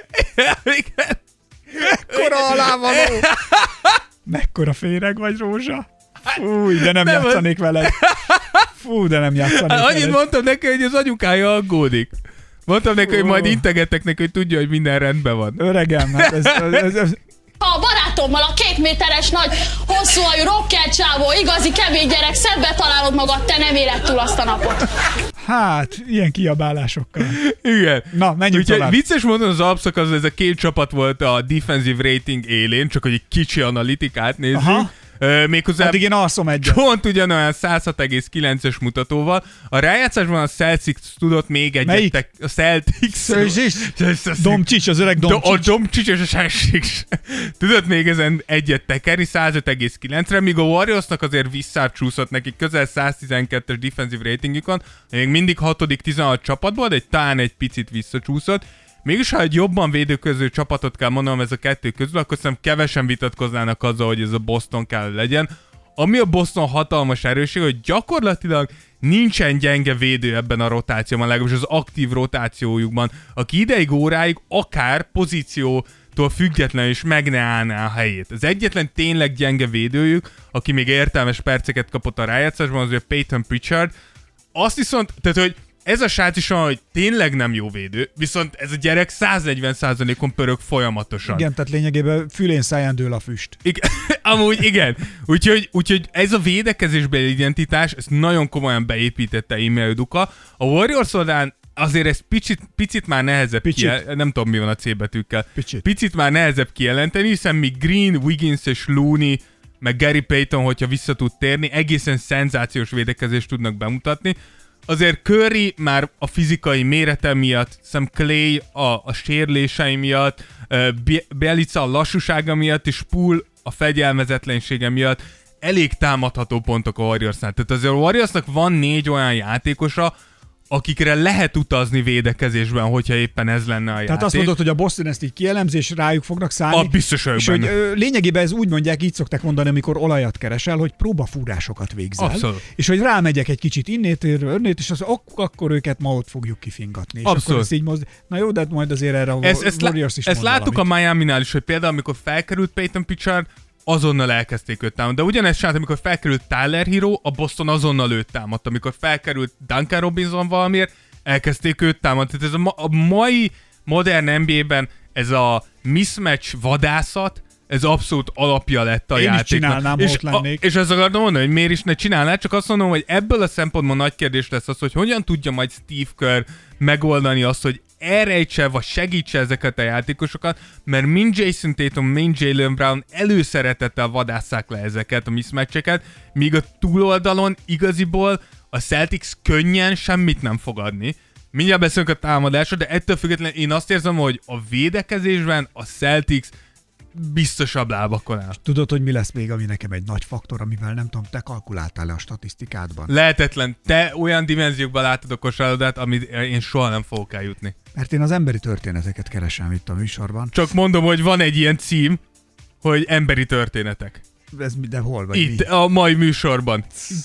Igen. Mekkora alávaló. Mekkora féreg vagy, Rózsa. Fúj, de nem játszanék veled. Fú, de nem játszanék veled. Annyit mondtam neki, hogy az anyukája aggódik. Mondtam neki, hogy majd integetek neki, hogy tudja, hogy minden rendben van. Öregem, hát ez... A barátommal, a 2 méteres nagy, hosszú hajú rocker csávó, igazi kemény gyerek, szebbe találod magad, te nem éled túl azt a napot. Hát, ilyen kiabálásokkal. Igen. Na, menjünk tovább. Vicces módon az alapszakasz, ez a 2 csapat volt a defensive rating élén, csak hogy egy kicsi analitikát nézzük. Aha. Méghozzá addig én alszom egyet. Pont ugyanolyan 106,9-es mutatóval. A rájátszásban a Celtics tudott még egyet. Melyik? A Celtics. Domcsics, az öreg Domcsics. A Domcsics és a Celtics. Tudott még ezen egyet tekerni 105,9-re, míg a Warriorsnak azért visszácsúszott nekik közel 112-es defensive ratingük van. Még mindig 6.-16 csapatból, de talán egy picit visszacsúszott. Mégis, ha egy jobban védőkező csapatot kell mondanom ez a kettő közül, akkor szerintem kevesen vitatkoznának azzal, hogy ez a Boston kell legyen. ami a Boston hatalmas erősség, hogy gyakorlatilag nincsen gyenge védő ebben a rotációban, legalábbis az aktív rotációjukban, aki ideig óráig akár pozíciótól függetlenül is meg ne állná a helyét. Az egyetlen tényleg gyenge védőjük, aki még értelmes perceket kapott a rájátszásban, az a Peyton Pritchard. Azt viszont, tehát hogy ez a srác is van, hogy tényleg nem jó védő, viszont ez a gyerek 140%-on pörög folyamatosan. Igen, tehát lényegében fülén száján dől a füst. Igen, amúgy igen. Úgyhogy ez a védekezésbeli identitás, ezt nagyon komolyan beépítette Ime Udoka. A Warriors oldalán azért ez picit már nehezebb nem tudom mi van a C betűkkel. Picit már nehezebb kijelenteni, hiszen míg Green, Wiggins és Looney, meg Gary Payton, hogyha vissza tud térni, egészen szenzációs védekezést tudnak bemutatni. Azért Curry már a fizikai mérete miatt, Sam Clay a sérülései miatt, Bjelica a lassúsága miatt, és Poole a fegyelmezetlensége miatt elég támadható pontok a Warriorsnál. Tehát azért a Warriorsnak van 4 olyan játékosa, akikre lehet utazni védekezésben, hogyha éppen ez lenne a játék. Tehát azt mondod, hogy a Boston ezt így kielemzi, és rájuk fognak szállni. Biztos vagyok és benne. Hogy lényegében ez úgy mondják, így szokták mondani, amikor olajat keresel, hogy próbafúrásokat végzel. Abszolút. És hogy rámegyek egy kicsit innét, és akkor őket ma ott fogjuk kifingatni. És abszolút. Akkor így na jó, de majd azért erre a Warriors is ezt láttuk a Miami-nál is, hogy például amikor felkerült Peyton Pritchard, azonnal elkezdték őt támadni. De ugyanezt csinált, amikor felkerült Tyler Hero, a Boston azonnal őt támadt. Amikor felkerült Duncan Robinson valamiért, elkezdték őt támadni. Tehát ez a mai modern NBA-ben ez a mismatch vadászat, ez abszolút alapja lett a játéknak. Én is csinálnám, ott lennék. És ezt akartam mondani, hogy miért is ne csinálnád, csak azt mondom, hogy ebből a szempontból nagy kérdés lesz az, hogy hogyan tudja majd Steve Kerr megoldani azt, hogy elrejtse, vagy segítse ezeket a játékosokat, mert mind Jason Tatum, mind Jaylen Brown előszeretettel vadásszák le ezeket a mismatcheket, míg a túloldalon igaziból a Celtics könnyen semmit nem fog adni. Mindjárt beszélünk a támadásra, de ettől függetlenül én azt érzem, hogy a védekezésben a Celtics biztosabb lábakon áll. Tudod, hogy mi lesz még, ami nekem egy nagy faktor, amivel nem tudom, te kalkuláltál le a statisztikádban? Lehetetlen. Te olyan dimenziókban látod a kosárlabdát, amit én soha nem fogok eljutni. Mert én az emberi történeteket keresem itt a műsorban. Csak mondom, hogy van egy ilyen cím, hogy emberi történetek. De hol vagy? Itt, mi? a mai műsorban.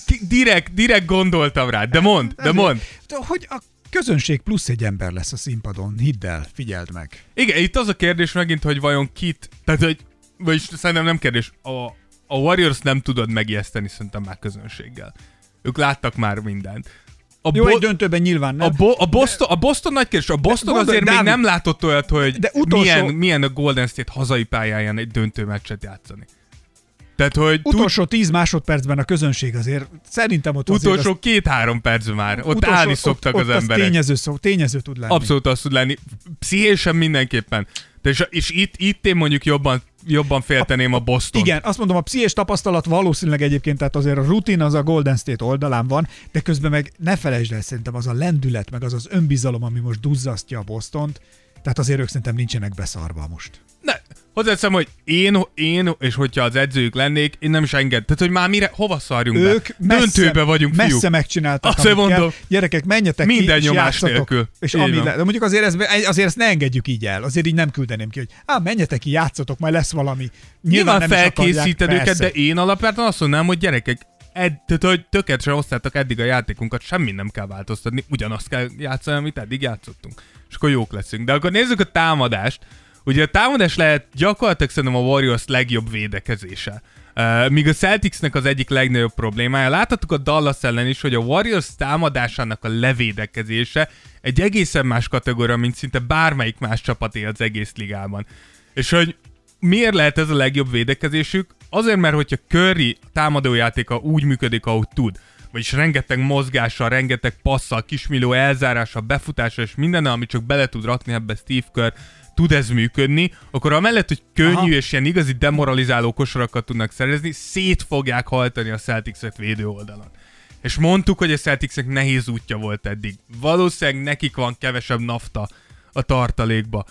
Direkt gondoltam rá, de mondd. Hogy a közönség plusz egy ember lesz a színpadon, hidd el, figyeld meg. Igen, itt az a kérdés megint, hogy vajon kit, tehát hogy, vagyis szerintem nem kérdés, a Warriors nem tudod megijeszteni szerintem már közönséggel. Ők láttak már mindent. Egy döntőben nyilván nem. A Boston nagy kérdés. A Boston azért még nem látott olyat, hogy milyen a Golden State hazai pályáján egy döntőmeccset játszani. Tehát, hogy utolsó 10 másodpercben a közönség azért szerintem ott utolsó 2-3 percben már. Ott állni szoktak az emberek. Tényező tud lenni. Abszolút az tud lenni. Pszichésen mindenképpen. És itt én mondjuk jobban félteném a Boston. Igen, azt mondom, a pszichés tapasztalat valószínűleg egyébként, tehát azért a rutin az a Golden State oldalán van, de közben meg ne felejtsd el, szerintem az a lendület, meg az önbizalom, ami most duzzasztja a Bostont, tehát azért ők szerintem nincsenek beszarva most. Ne, hozzáteszem, hogy én, és hogyha az edzőjük lennék, én nem is enged. Tehát, hogy már hova szarjunk ők be? Döntőbe vagyunk, fiúk. Messze megcsináltak, azt mondom, kell. Gyerekek, menjetek minden ki, nyomás nélkül. És de mondjuk azért ezt ne engedjük így el. Azért így nem küldeném ki, hogy menjetek ki, játszatok, majd lesz valami. Nyilván felkészíted őket, de én alapvetően azt mondanám, hogy gyerekek, tehát, hogy tökéletesen hoztátok eddig a játékunkat, semmi nem kell változtatni, ugyanazt kell játszani, amit eddig játszottunk. És akkor jók leszünk. De akkor nézzük a támadást. Ugye a támadás lehet gyakorlatilag szerintem a Warriors legjobb védekezése. Míg a Celticsnek az egyik legnagyobb problémája. Láthattuk a Dallas ellen is, hogy a Warriors támadásának a levédekezése egy egészen más kategória, mint szinte bármelyik más csapaté az egész ligában. És hogy miért lehet ez a legjobb védekezésük? Azért, mert hogyha Curry támadójátéka úgy működik, ahogy tud, vagyis rengeteg mozgással, rengeteg passzal, kismillió elzárással, befutással és minden, amit csak bele tud rakni ebbe Steve Kerr, tud ez működni, akkor amellett, hogy könnyű és ilyen igazi demoralizáló kosarakat tudnak szerezni, szét fogják hajtani a Celtics-et védő oldalon. És mondtuk, hogy a Celticsnek nehéz útja volt eddig. Valószínűleg nekik van kevesebb nafta a tartalékba.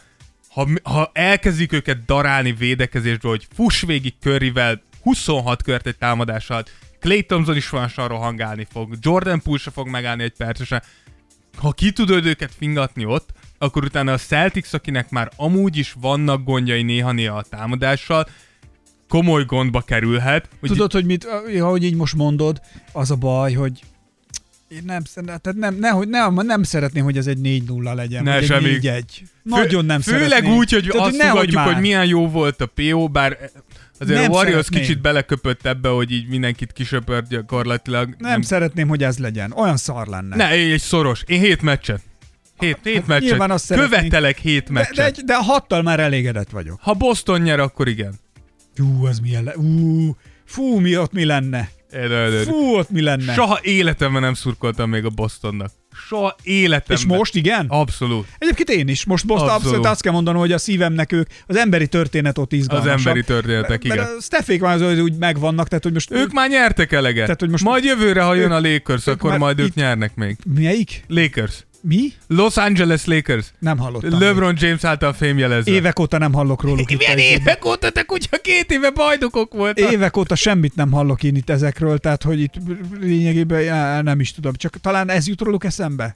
Ha elkezdik őket darálni védekezésből, hogy fuss végig Curryvel 26 kört egy támadással, Klay Thompson is van rohangálni fog, Jordan Poole se fog megállni egy percesen. Ha ki tudod őket fingatni ott, akkor utána a Celtics, akinek már amúgy is vannak gondjai néha a támadással, komoly gondba kerülhet. Tudod, hogy mit, ahogy így most mondod, az a baj, hogy én nem szeretném, hogy ez egy 4-0 legyen, ne, vagy egy 4-1. Nagyon nem szeretném. Főleg úgy, hogy azt fogadjuk, hogy milyen jó volt a PO, bár azért nem a Warriors kicsit beleköpött ebbe, hogy így mindenkit kisöpört gyakorlatilag. Nem szeretném, hogy ez legyen. Olyan szar lenne. Ne, egy szoros. Én 7 meccset. 7 meccset. Követelek 7 meccset. De a 6-tal már elégedett vagyok. Ha Boston nyer, akkor igen. Az milyen fú, mi lenne? Fú, ott mi lenne? Soha életemben nem szurkoltam még a Bostonnak. Soha életemben. És most igen? Abszolút. Egyébként én is. Most abszolút azt kell mondanom, hogy a szívemnek az emberi történet ott izgalmasabb. Az emberi történetek, igen. Mert a Stephek már az úgy megvannak, tehát hogy most... Ők már nyertek eleget. Tehát, hogy most majd jövőre, ha jön a Lakers, akkor majd ők nyernek még. Melyik? Lakers. Mi? Los Angeles Lakers. Nem hallottam. LeBron James által fémjelezve. Évek óta nem hallok róluk. Milyen évek óta? Te kutya 2 éve bajnokok voltak. Évek óta semmit nem hallok én itt ezekről, tehát hogy itt lényegében nem is tudom. Csak talán ez jut róluk eszembe.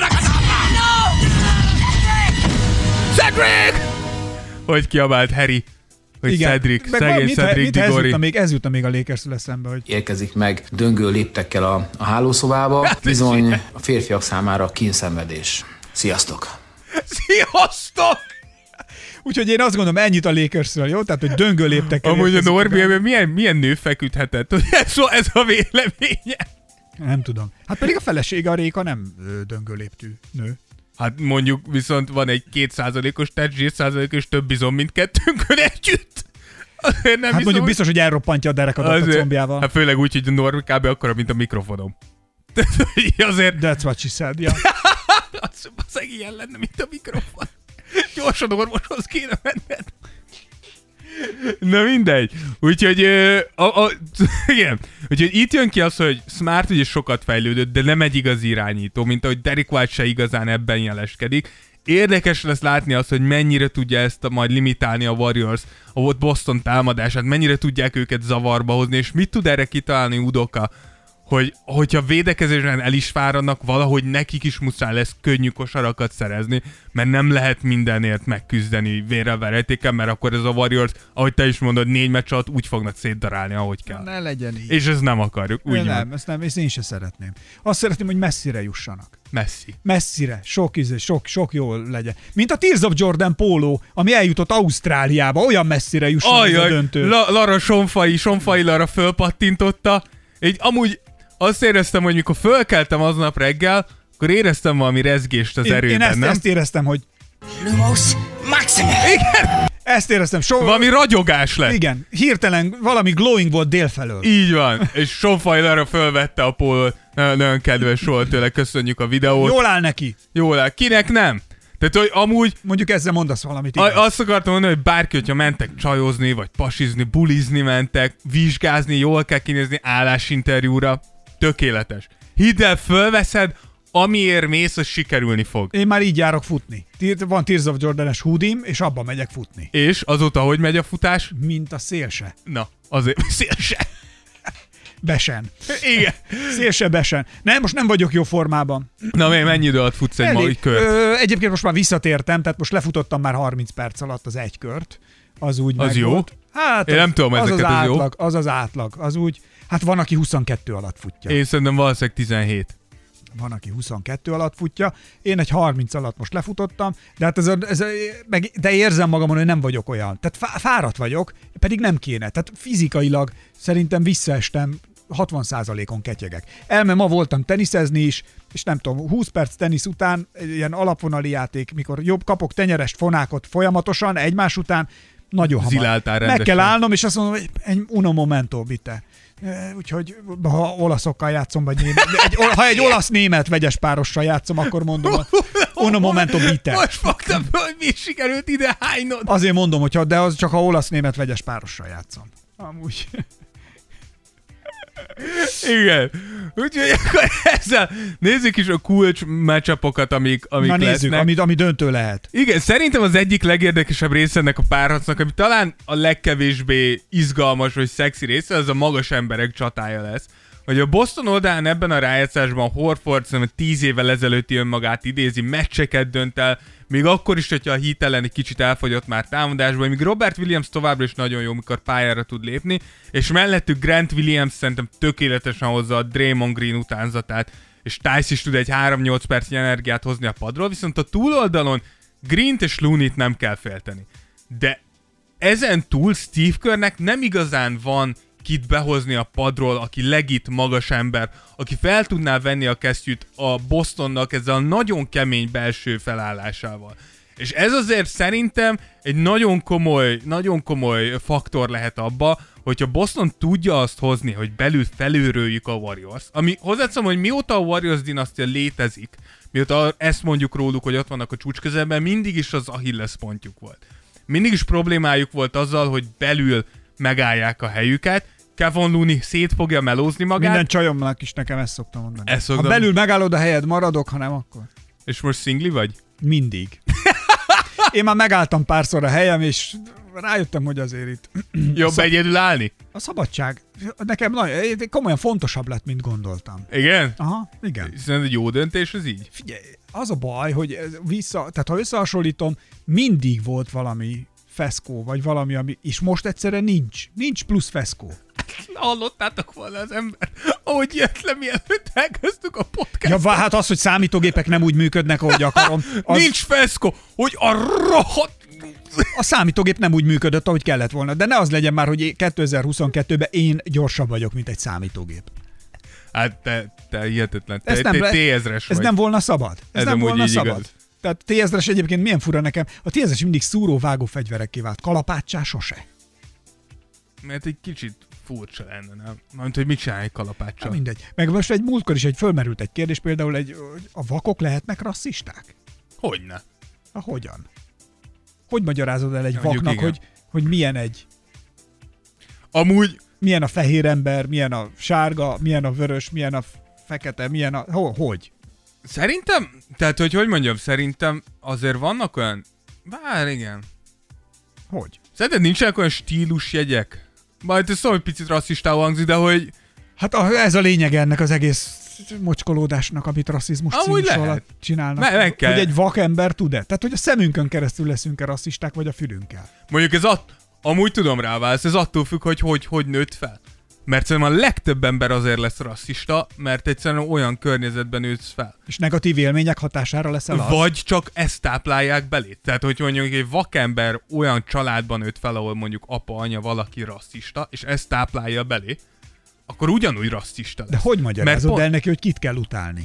Cedric! Hogy kiabált Harry. Hogy igen. Cedric, szegény Cedric Diggory. Ez jutna még a Lakersről eszembe, hogy... Érkezik meg döngő léptekkel a hálószobába. Hát bizony a férfiak számára kínszenvedés. Sziasztok! Sziasztok! Úgyhogy én azt gondolom, ennyit a Lakersről, jó? Tehát, hogy döngő léptekkel... Amúgy a Norbiában milyen nő feküdhetett? Ez a véleménye. Nem tudom. Hát pedig a felesége, a Réka nem döngő léptű nő. Hát mondjuk viszont van egy 2%-os testzsír százalék, és több bizony, mint kettőnkön együtt. Nem hát mondjuk biztos, hogy elroppantja a derekadat a combjával. Hát főleg úgy, hogy a Norbi kb. Akkora, mint a mikrofonom. Azért... That's what she said, ja. Az ilyen lenne, mint a mikrofon. Gyorsan orvoshoz kéne menned. Na mindegy. Úgyhogy, igen. Úgyhogy itt jön ki az, hogy Smart ugye sokat fejlődött, de nem egy igazi irányító, mint ahogy Derrick White se igazán ebben jeleskedik. Érdekes lesz látni azt, hogy mennyire tudja ezt majd limitálni a Warriors, a Boston támadását, mennyire tudják őket zavarba hozni, és mit tud erre kitalálni Udoka, hogyha védekezésben el is fáradnak, valahogy nekik is muszáj lesz könnyű kosarakat szerezni, mert nem lehet mindenért megküzdeni vérrel verejtékkel, mert akkor ez a Warriors, ahogy te is mondod, 4 meccs alatt úgy fognak szétdarálni, ahogy kell. Ne legyen így. És ezt nem akarjuk. Úgy nem, ezt én sem szeretném. Azt szeretném, hogy messzire jussanak. Messzire. Sok jól legyen. Mint a Tears of Jordan póló, ami eljutott Ausztráliába, olyan messzire jusson ez a döntő. Lara Sonfai Lara fölpattintotta. Így amúgy azt éreztem, hogy mikor fölkeltem aznap reggel, akkor éreztem valami rezgést az erőben, nem? Én ezt éreztem, hogy... Lumos Maximum! Igen! Ezt éreztem. Valami ragyogás lett. Igen. Hirtelen valami glowing volt délfelől. Így van. És Sonfai Lara fölvette a pólót. Nagyon kedves volt tőle, köszönjük a videót. Jól áll neki. Jól áll. Kinek nem? Tehát, hogy amúgy... Mondjuk ezzel mondasz valamit. Azt akartam mondani, hogy bárki, hogyha mentek csajozni, vagy pasizni, bulizni mentek, vizsgázni, jól kell kinézni állásinterjúra. Tökéletes. Hidd el, fölveszed, amiért mész, az sikerülni fog. Én már így járok futni. Van Tears of Jordan-es hoodim, és abba megyek futni. És azóta hogy megy a futás? Mint a szélse. Na, azért szélse. Besen. Igen. Szélse besen. Nem, most nem vagyok jó formában. Na, mennyi idő alatt futsz egy mai kört? Egyébként most már visszatértem, tehát most lefutottam már 30 perc alatt az egy kört. Az úgy az jó? Volt. Hát én nem tudom, ezeket az átlag, jó. Az átlag. Az úgy, hát van, aki 22 alatt futja. Én szerintem valószínűleg 17. Van, aki 22 alatt futja. Én egy 30 alatt most lefutottam, de hát de érzem magamon, hogy nem vagyok olyan. Tehát fáradt vagyok, pedig nem kéne. Tehát fizikailag szerintem visszaestem, 60%-on ketyegek. Ma voltam teniszezni is, és nem tudom, 20 perc tenisz után, ilyen alapvonali játék, mikor jobb kapok tenyerest, fonákot folyamatosan, egymás után, nagyon hamar. Meg kell állnom, és azt mondom, hogy egy uno momento, bitte. Úgyhogy ha olaszokkal játszom, vagy ha egy olasz-német vegyes párossal játszom, akkor mondom, uno momento bitte. Most fogtam, hogy mi sikerült ide hánynod. Azért mondom, de az csak ha olasz-német vegyes párossal játszom. Amúgy... Igen. Úgyhogy akkor ezzel nézzük is a kulcs matchupokat, amik nézzük, lesznek. Ami döntő lehet. Igen, szerintem az egyik legérdekesebb része ennek a párharcnak, ami talán a legkevésbé izgalmas vagy szexi része, az a magas emberek csatája lesz. hogy a Boston oldalán ebben a rájátszásban Horford szerintem 10 évvel ezelőtti önmagát idézi, meccseket dönt el, még akkor is, hogyha a Heat ellen egy kicsit elfogyott már támadásból, míg Robert Williams továbbra is nagyon jó, mikor pályára tud lépni, és mellettük Grant Williams szerintem tökéletesen hozza a Draymond Green utánzatát, és Tice is tud egy 3-8 percnyi energiát hozni a padról, viszont a túloldalon Greent és Looney-t nem kell félteni. De ezen túl Steve Kerrnek nem igazán van kit behozni a padról, aki legit magas ember, aki fel tudná venni a kesztyűt a Bostonnak ezzel a nagyon kemény belső felállásával. És ez azért szerintem egy nagyon komoly faktor lehet abba, hogyha Boston tudja azt hozni, hogy belül felőröljük a Warriors, ami hozzátszom, hogy mióta a Warriors dinasztia létezik, mióta ezt mondjuk róluk, hogy ott vannak a csúcs közelben, mindig is az Achilles pontjuk volt. Mindig is problémájuk volt azzal, hogy belül megállják a helyüket, Kevon Looney szét fogja melózni magát. Minden csajomnak is nekem ezt szoktam mondani. Ha belül megállod a helyed, maradok, ha nem, akkor. És most szingli vagy? Mindig. Én már megálltam párszor a helyem, és rájöttem, hogy azért itt... Jobb egyedül állni? A szabadság. Nekem komolyan fontosabb lett, mint gondoltam. Igen? Aha, igen. Hiszen egy jó döntés az így? Figyelj, az a baj, hogy tehát ha összehasonlítom, mindig volt valami feszkó, vagy valami, ami... És most egyszerűen nincs. Nincs plusz feszkó. Hallottátok volna az ember, ahogy jött le, mielőtt elkezdtük a podcastot. Ja, hát az, hogy számítógépek nem úgy működnek, ahogy akarom. Nincs feszkó, hogy a rohadt... A számítógép nem úgy működött, ahogy kellett volna. De ne az legyen már, hogy 2022-ben én gyorsabb vagyok, mint egy számítógép. Hát te hihetetlen. Te T-1000-es vagy. Ez nem volna szabad. Ez nem volna szabad. Igaz. Tehát T-1000-es egyébként milyen fura nekem. A T-1000-es mindig szúró-vágó fegyverekké vált. Kalapáccsá sose. Mert egy kicsit furcsa lenne, nem? Mármint, hogy mit csinálj egy kalapáccsal. Mindegy. Meg most egy múltkor is fölmerült egy kérdés, például a vakok lehetnek rasszisták? Hogyne. Hogyan? Hogy magyarázod el egy vaknak, hogy milyen egy... Amúgy... Milyen a fehér ember, milyen a sárga, milyen a vörös, milyen a fekete, milyen a... Hogy? Szerintem, tehát hogy mondjam, szerintem azért vannak olyan... Bár igen. Hogy? Szerinted nincsenek olyan stílusjegyek? Majd ez hogy picit rasszistával hangzik, de hogy... Hát ez a lényeg ennek az egész mocskolódásnak, amit rasszizmus című alatt csinálnak. Meg kell. Hogy egy vakember tud-e? Tehát, hogy a szemünkön keresztül leszünk-e rasszisták, vagy a fülünkkel? Mondjuk ez amúgy tudom rá válasz, ez attól függ, hogy nőtt fel. Mert szerintem a legtöbb ember azért lesz rasszista, mert egyszerűen olyan környezetben nősz fel. És negatív élmények hatására leszel az? Vagy csak ezt táplálják belé. Tehát, hogy mondjuk egy vakember olyan családban nőtt fel, ahol mondjuk apa, anya, valaki rasszista, és ezt táplálja belé, akkor ugyanúgy rasszista lesz. De hogy magyarázod el neki, hogy kit kell utálni?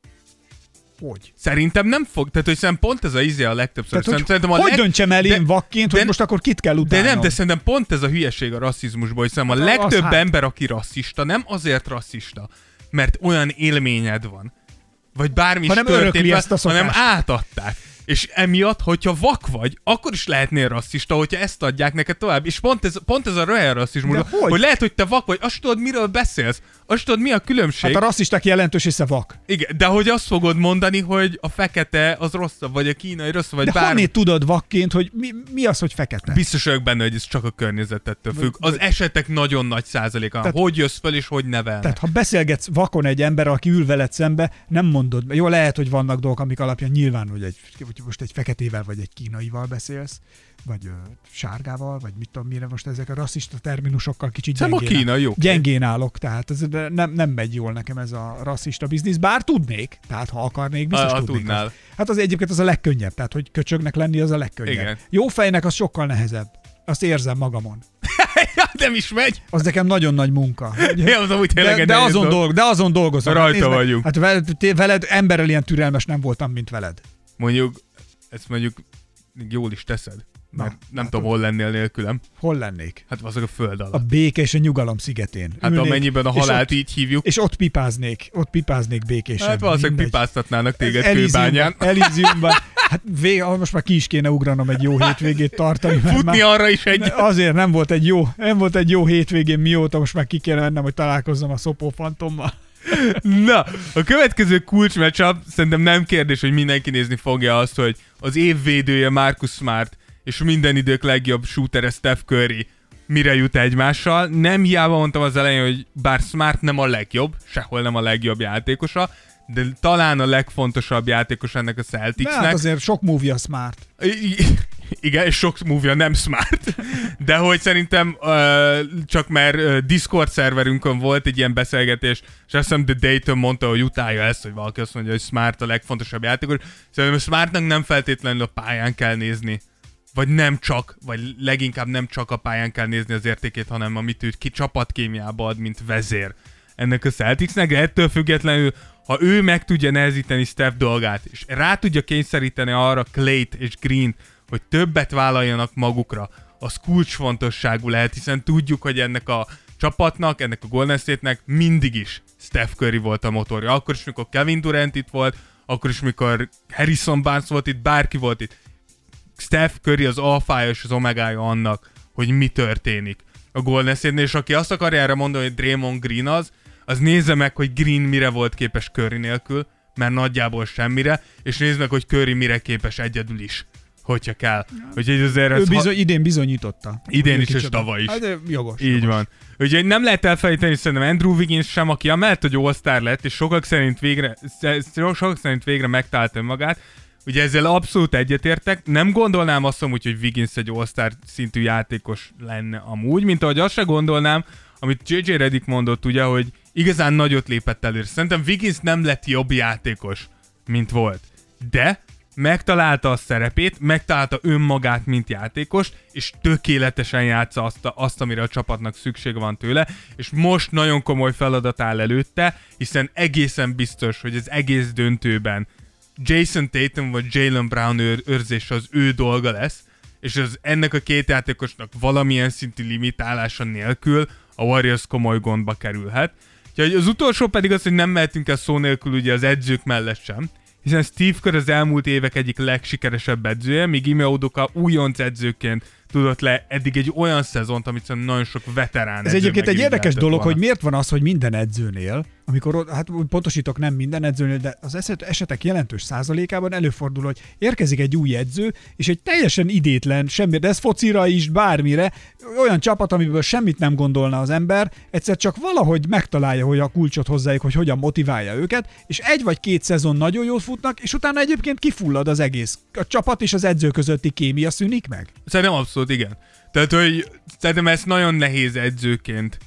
Hogy? Szerintem nem fog, tehát hogy szerintem pont ez a legtöbbször. Tehát, hogy döntsem el én vakként, hogy most akkor kit kell utálnom? De szerintem pont ez a hülyeség a rasszizmusból, hogy szerintem a legtöbb ember, aki rasszista, nem azért rasszista, mert olyan élményed van, vagy bármi is történt, hanem átadták. És emiatt, hogyha vak vagy, akkor is lehetnél rasszista, hogyha ezt adják neked tovább. És pont ez a royal rasszizmus, hogy lehet, hogy te vak vagy, azt tudod, miről beszélsz, azt tudod, mi a különbség. Hát a rasszisták jelentős része vak. Igen, de hogy azt fogod mondani, hogy a fekete az rosszabb, vagy a kínai rosszabb, vagy bármi. De honnét tudod vakként, hogy mi az, hogy fekete? Biztos vagyok benne, hogy ez csak a környezetettől függ. Az esetek nagyon nagy százaléka, hogy jössz fel és hogy nevelnek. Tehát ha beszélgetsz vakon egy ember, aki ül veled szembe, nem mondod. Jó, lehet, hogy vannak dolgok, amik alapján nyilván, hogy most egy feketével vagy egy kínaival beszélsz, vagy sárgával, vagy mit tudom, mire most ezek a rasszista terminusokkal kicsit gyengén állok, tehát ez nem megy jól nekem ez a rasszista biznisz, bár tudnék, tehát ha akarnék, biztos tudnék. Hát az egyébként az a legkönnyebb, tehát hogy köcsögnek lenni az a legkönnyebb. Igen. Jó fejnek az sokkal nehezebb. Azt érzem magamon. Nem is megy. Az nekem nagyon nagy munka. De azon dolgozom. Rajta vagyunk. Hát veled emberrel ilyen türelmes nem voltam, mint veled. Ezt mondjuk jól is teszed. Mert nem tudom, hol lennél nélkülem. Hol lennék? Hát valószínűleg a föld alatt. A béke és a nyugalom szigetén. Hát ülnék, amennyiben a halált így hívjuk. És ott pipáznék békésen. Hát valószínűleg pipáztatnának téged Kőbányán. Elysiumban. Hát most már ki is kéne ugranom egy jó hétvégét tartani. Futni arra is egy. Azért nem volt egy jó hétvégén mióta, most már ki kéne mennem, hogy találkozzam a Szopó Fantommal. Na, a következő kulcsmatchup szerintem nem kérdés, hogy mindenki nézni fogja azt, hogy az év védője Marcus Smart és minden idők legjobb shootere Steph Curry mire jut egymással. Nem hiába mondtam az elején, hogy bár Smart nem a legjobb, sehol nem a legjobb játékosa, de talán a legfontosabb játékos ennek a Celticsnek. Hát azért sok movie Smart. Igen, és sok movie nem Smart. De hogy szerintem csak mert Discord szerverünkön volt egy ilyen beszélgetés, és azt hiszem The Dayton mondta, hogy utálja ezt, hogy valaki azt mondja, hogy Smart a legfontosabb játékos. Szerintem Smartnak nem feltétlenül a pályán kell nézni. Vagy nem csak, vagy leginkább nem csak a pályán kell nézni az értékét, hanem amit ő ki csapatkémiába ad, mint vezér ennek a Celticsnek, de ettől függetlenül, ha ő meg tudja nehezíteni Steph dolgát, és rá tudja kényszeríteni arra Clayt és Green, hogy többet vállaljanak magukra, az kulcsfontosságú lehet, hiszen tudjuk, hogy ennek a csapatnak, ennek a Golden State-nek mindig is Steph Curry volt a motorja. Akkor is, mikor Kevin Durant itt volt, akkor is, mikor Harrison Barnes volt itt, bárki volt itt. Steph Curry az alfája és az omegája annak, hogy mi történik a Golden State-nél, és aki azt akarja erre mondani, hogy Draymond Green az nézze meg, hogy Green mire volt képes Curry nélkül, mert nagyjából semmire, és nézd meg, hogy Curry mire képes egyedül is, hogyha kell. Úgyhogy azért idén bizonyította. Idén is, és tavaly is. Hát, jogos. Így jogos. Van. Úgyhogy nem lehet elfelejteni szerintem Andrew Wiggins sem, aki amellett, hogy All-Star lett, és sokak szerint végre megtalálta önmagát. Ugye ezzel abszolút egyetértek. Nem gondolnám azt amúgy, hogy Wiggins egy All-Star szintű játékos lenne amúgy, mint ahogy azt se gondolnám, amit JJ Redick mondott, ugye, hogy igazán nagyot lépett előre. Szerintem Wiggins nem lett jobb játékos, mint volt. De megtalálta a szerepét, megtalálta önmagát, mint játékos, és tökéletesen játsza azt, amire a csapatnak szüksége van tőle, és most nagyon komoly feladat áll előtte, hiszen egészen biztos, hogy az egész döntőben Jason Tatum vagy Jaylen Brown őrzése az ő dolga lesz, és ennek a két játékosnak valamilyen szintű limitálása nélkül a Warriors komoly gondba kerülhet. Úgyhogy az utolsó pedig az, hogy nem mehetünk el szó nélkül ugye az edzők mellett sem, hiszen Steve Kerr az elmúlt évek egyik legsikeresebb edzője, míg Ime Udoka újonc edzőként tudott le eddig egy olyan szezont, amit szerintem nagyon sok veterán Ez egyébként egy érdekes dolog, hogy miért van az, hogy minden edzőnél, amikor, hát pontosítok, nem minden edzőnél, de az esetek jelentős százalékában előfordul, hogy érkezik egy új edző, és egy teljesen idétlen, semmi, de ez focira is, bármire, olyan csapat, amiből semmit nem gondolna az ember, egyszer csak valahogy megtalálja, hogy a kulcsot hozzájuk, hogy hogyan motiválja őket, és egy vagy két szezon nagyon jól futnak, és utána egyébként kifullad az egész. A csapat és az edző közötti kémia szűnik meg. Szerintem abszolút igen. Tehát, hogy szerintem ezt nagyon nehéz edzőként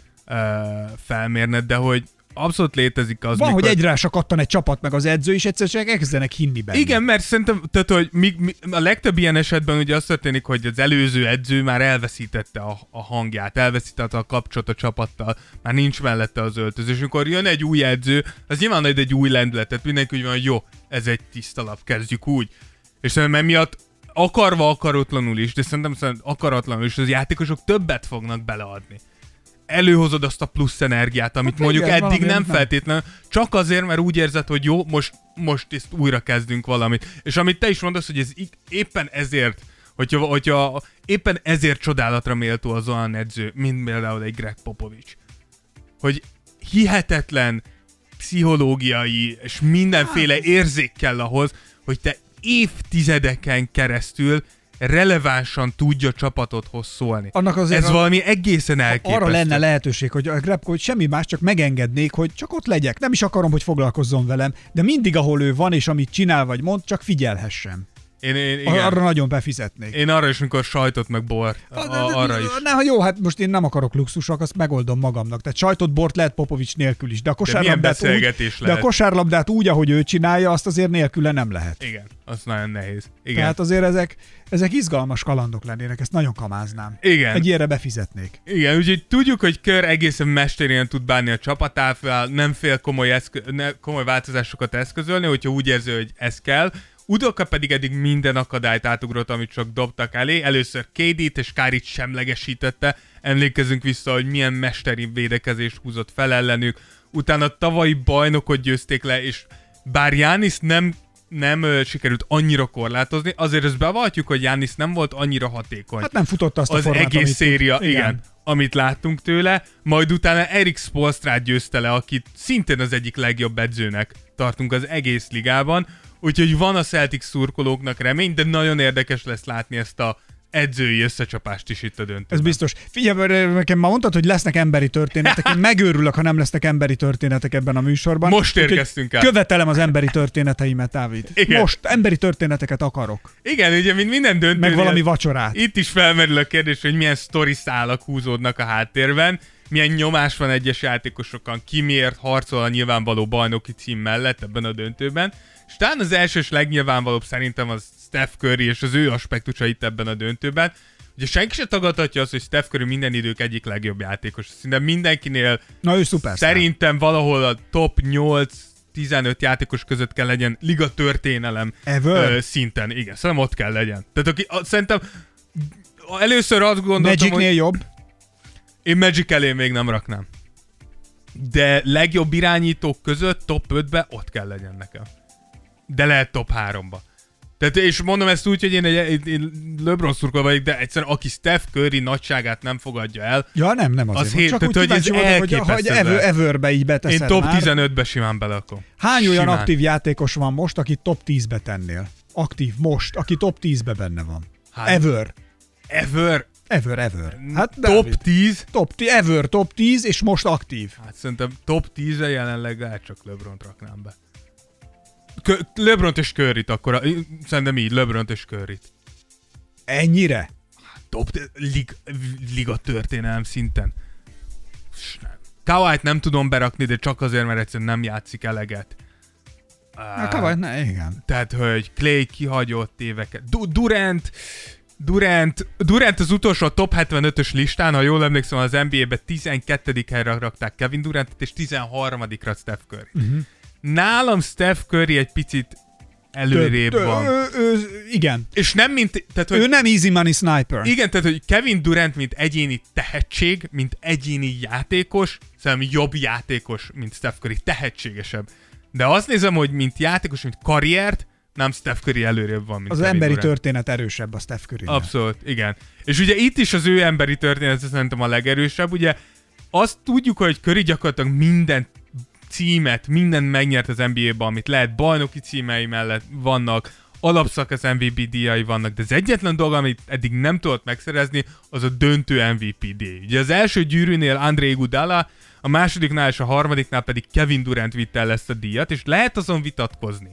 felmérned, de hogy abszolút létezik az. Van, hogy egyre sakattan egy csapat meg az edző, és egyszerűen csak elkezdenek hinni benne. Igen, mert szerintem, tehát, hogy a legtöbb ilyen esetben ugye az történik, hogy az előző edző már elveszítette a hangját, elveszítette a kapcsolatot a csapattal, már nincs mellette az öltöző, és amikor jön egy új edző, az nyilván ad egy új lendületet, mindenki úgy van, hogy jó, ez egy tiszta lap, kezdjük úgy. És szerintem emiatt akarva akaratlanul is, de szerintem akaratlanul is, az játékosok többet fognak beleadni. Előhozod azt a plusz energiát, amit hát mondjuk igen, eddig nem feltétlenül, csak azért, mert úgy érzed, hogy jó, most ezt újra kezdünk valamit. És amit te is mondasz, hogy ez éppen ezért, hogyha éppen ezért csodálatra méltó az olyan edző, mint például egy Greg Popovich. Hogy hihetetlen pszichológiai és mindenféle érzék kell ahhoz, hogy te évtizedeken keresztül relevánsan tudja csapatodhoz szólni. Ez valami egészen elképesztő. Arra lenne lehetőség, hogy a Grabko, hogy semmi más, csak megengednék, hogy csak ott legyek. Nem is akarom, hogy foglalkozzon velem, de mindig, ahol ő van, és amit csinál vagy mond, csak figyelhessem. Arra nagyon befizetnék. Én arra is, mikor sajtot meg bort. Arra is. Jó, hát most én nem akarok luxusok, azt megoldom magamnak. Tehát sajtot, bort lehet Popovics nélkül is, de a kosárlabdát úgy, ahogy ő csinálja, azt azért nélküle nem lehet. Igen, az nagyon nehéz. Igen. Tehát azért ezek izgalmas kalandok lennének, ezt nagyon kamáznám. Igen. Egy ilyenre befizetnék. Igen, úgyhogy tudjuk, hogy Kerr egészen mesterien tud bánni a csapatával, nem fél komoly változásokat eszközölni, hogyha úgy érzi, hogy ez kell. Udoka pedig eddig minden akadályt átugrott, amit csak dobtak elé. Először KD-t és Kyrie-t semlegesítette. Emlékezzünk vissza, hogy milyen mesteri védekezést húzott fel ellenük. Utána tavalyi bajnokot győzték le, és bár Giannis nem sikerült annyira korlátozni, azért ezt bevalljuk, hogy Giannis nem volt annyira hatékony. Hát nem futotta azt a formát, az egész széria, igen, amit láttunk tőle. Majd utána Erik Spoelstrát győzte le, akit szintén az egyik legjobb edzőnek tartunk az egész ligában. Úgyhogy van a Celtics szurkolóknak remény, de nagyon érdekes lesz látni ezt a edzői összecsapást is itt a döntőben. Ez biztos. Figyelj, nekem már mondtad, hogy lesznek emberi történetek. Én megőrülök, ha nem lesznek emberi történetek ebben a műsorban. Most érkeztünk el. Követelem az emberi történeteimet, Dávid. Igen. Most emberi történeteket akarok. Igen, ugye, mint minden döntőnél. Meg valami vacsorát. Itt is felmerül a kérdés, hogy milyen sztoriszálak húzódnak a háttérben, milyen nyomás van egyes játékosokon, ki miért harcol a nyilvánvaló bajnoki cím mellett ebben a döntőben. És talán az első és legnyilvánvalóbb szerintem az Steph Curry és az ő aspektusa itt ebben a döntőben. Ugye senki se tagadhatja azt, hogy Steph Curry minden idők egyik legjobb játékos. Szinte mindenkinél ő szuper. Szerintem valahol a top 8-15 játékos között kell legyen liga történelem szinten. Igen, szerintem ott kell legyen. Tehát szerintem először azt gondoltam, Magicnél jobb? Én Magic elé még nem raknám. De legjobb irányítók között top 5-be ott kell legyen nekem. De lehet top 3-ba. Tehát, és mondom ezt úgy, hogy én LeBron szurkoló vagyok, de egyszerűen aki Steph Curry nagyságát nem fogadja el. Ja, nem azért. Csak úgy kíváncsi voltam, hogy ever-be így beteszed. Én top 15-be simán beleakom. Hány olyan aktív játékos van most, aki top 10-be tennél? Aktív most, aki top 10-be benne van. Ever. Hát top 10? Top 10, és most aktív. Hát szerintem top 10-re jelenleg lehet csak LeBront raknám be. LeBront és Curryt akkor, szerintem így, LeBront és Curryt. Ennyire? Top liga történelem szinten. Kawait nem tudom berakni, de csak azért, mert egyszerűen nem játszik eleget. Kawait, igen. Tehát, hogy Clay kihagyott éveket. Durant az utolsó top 75-ös listán, ha jól emlékszem, az NBA-be 12. helyre rakták Kevin Durantet, és 13-ra Steph Curry. Nálam Steph Curry egy picit előrébb van. Igen. És nem mint... Tehát, hogy, ő nem easy money sniper. Igen, tehát hogy Kevin Durant mint egyéni tehetség, mint egyéni játékos, szerintem jobb játékos, mint Steph Curry, tehetségesebb. De azt nézem, hogy mint játékos, mint karriert, nem Steph Curry előrébb van, mint az Kevin emberi Durant. történet erősebb a Steph Curry-nél. Abszolút, igen. És ugye itt is az ő emberi történet szerintem a legerősebb. Ugye azt tudjuk, hogy Curry gyakorlatilag minden címet, mindent megnyert az NBA-ban, amit lehet, bajnoki címei mellett vannak, alapszakasz MVP díjai vannak, de az egyetlen dolog, amit eddig nem tudott megszerezni, az a döntő MVP díj. Ugye az első gyűrűnél André Iguodala, a másodiknál és a harmadiknál pedig Kevin Durant vitte el ezt a díjat, és lehet azon vitatkozni.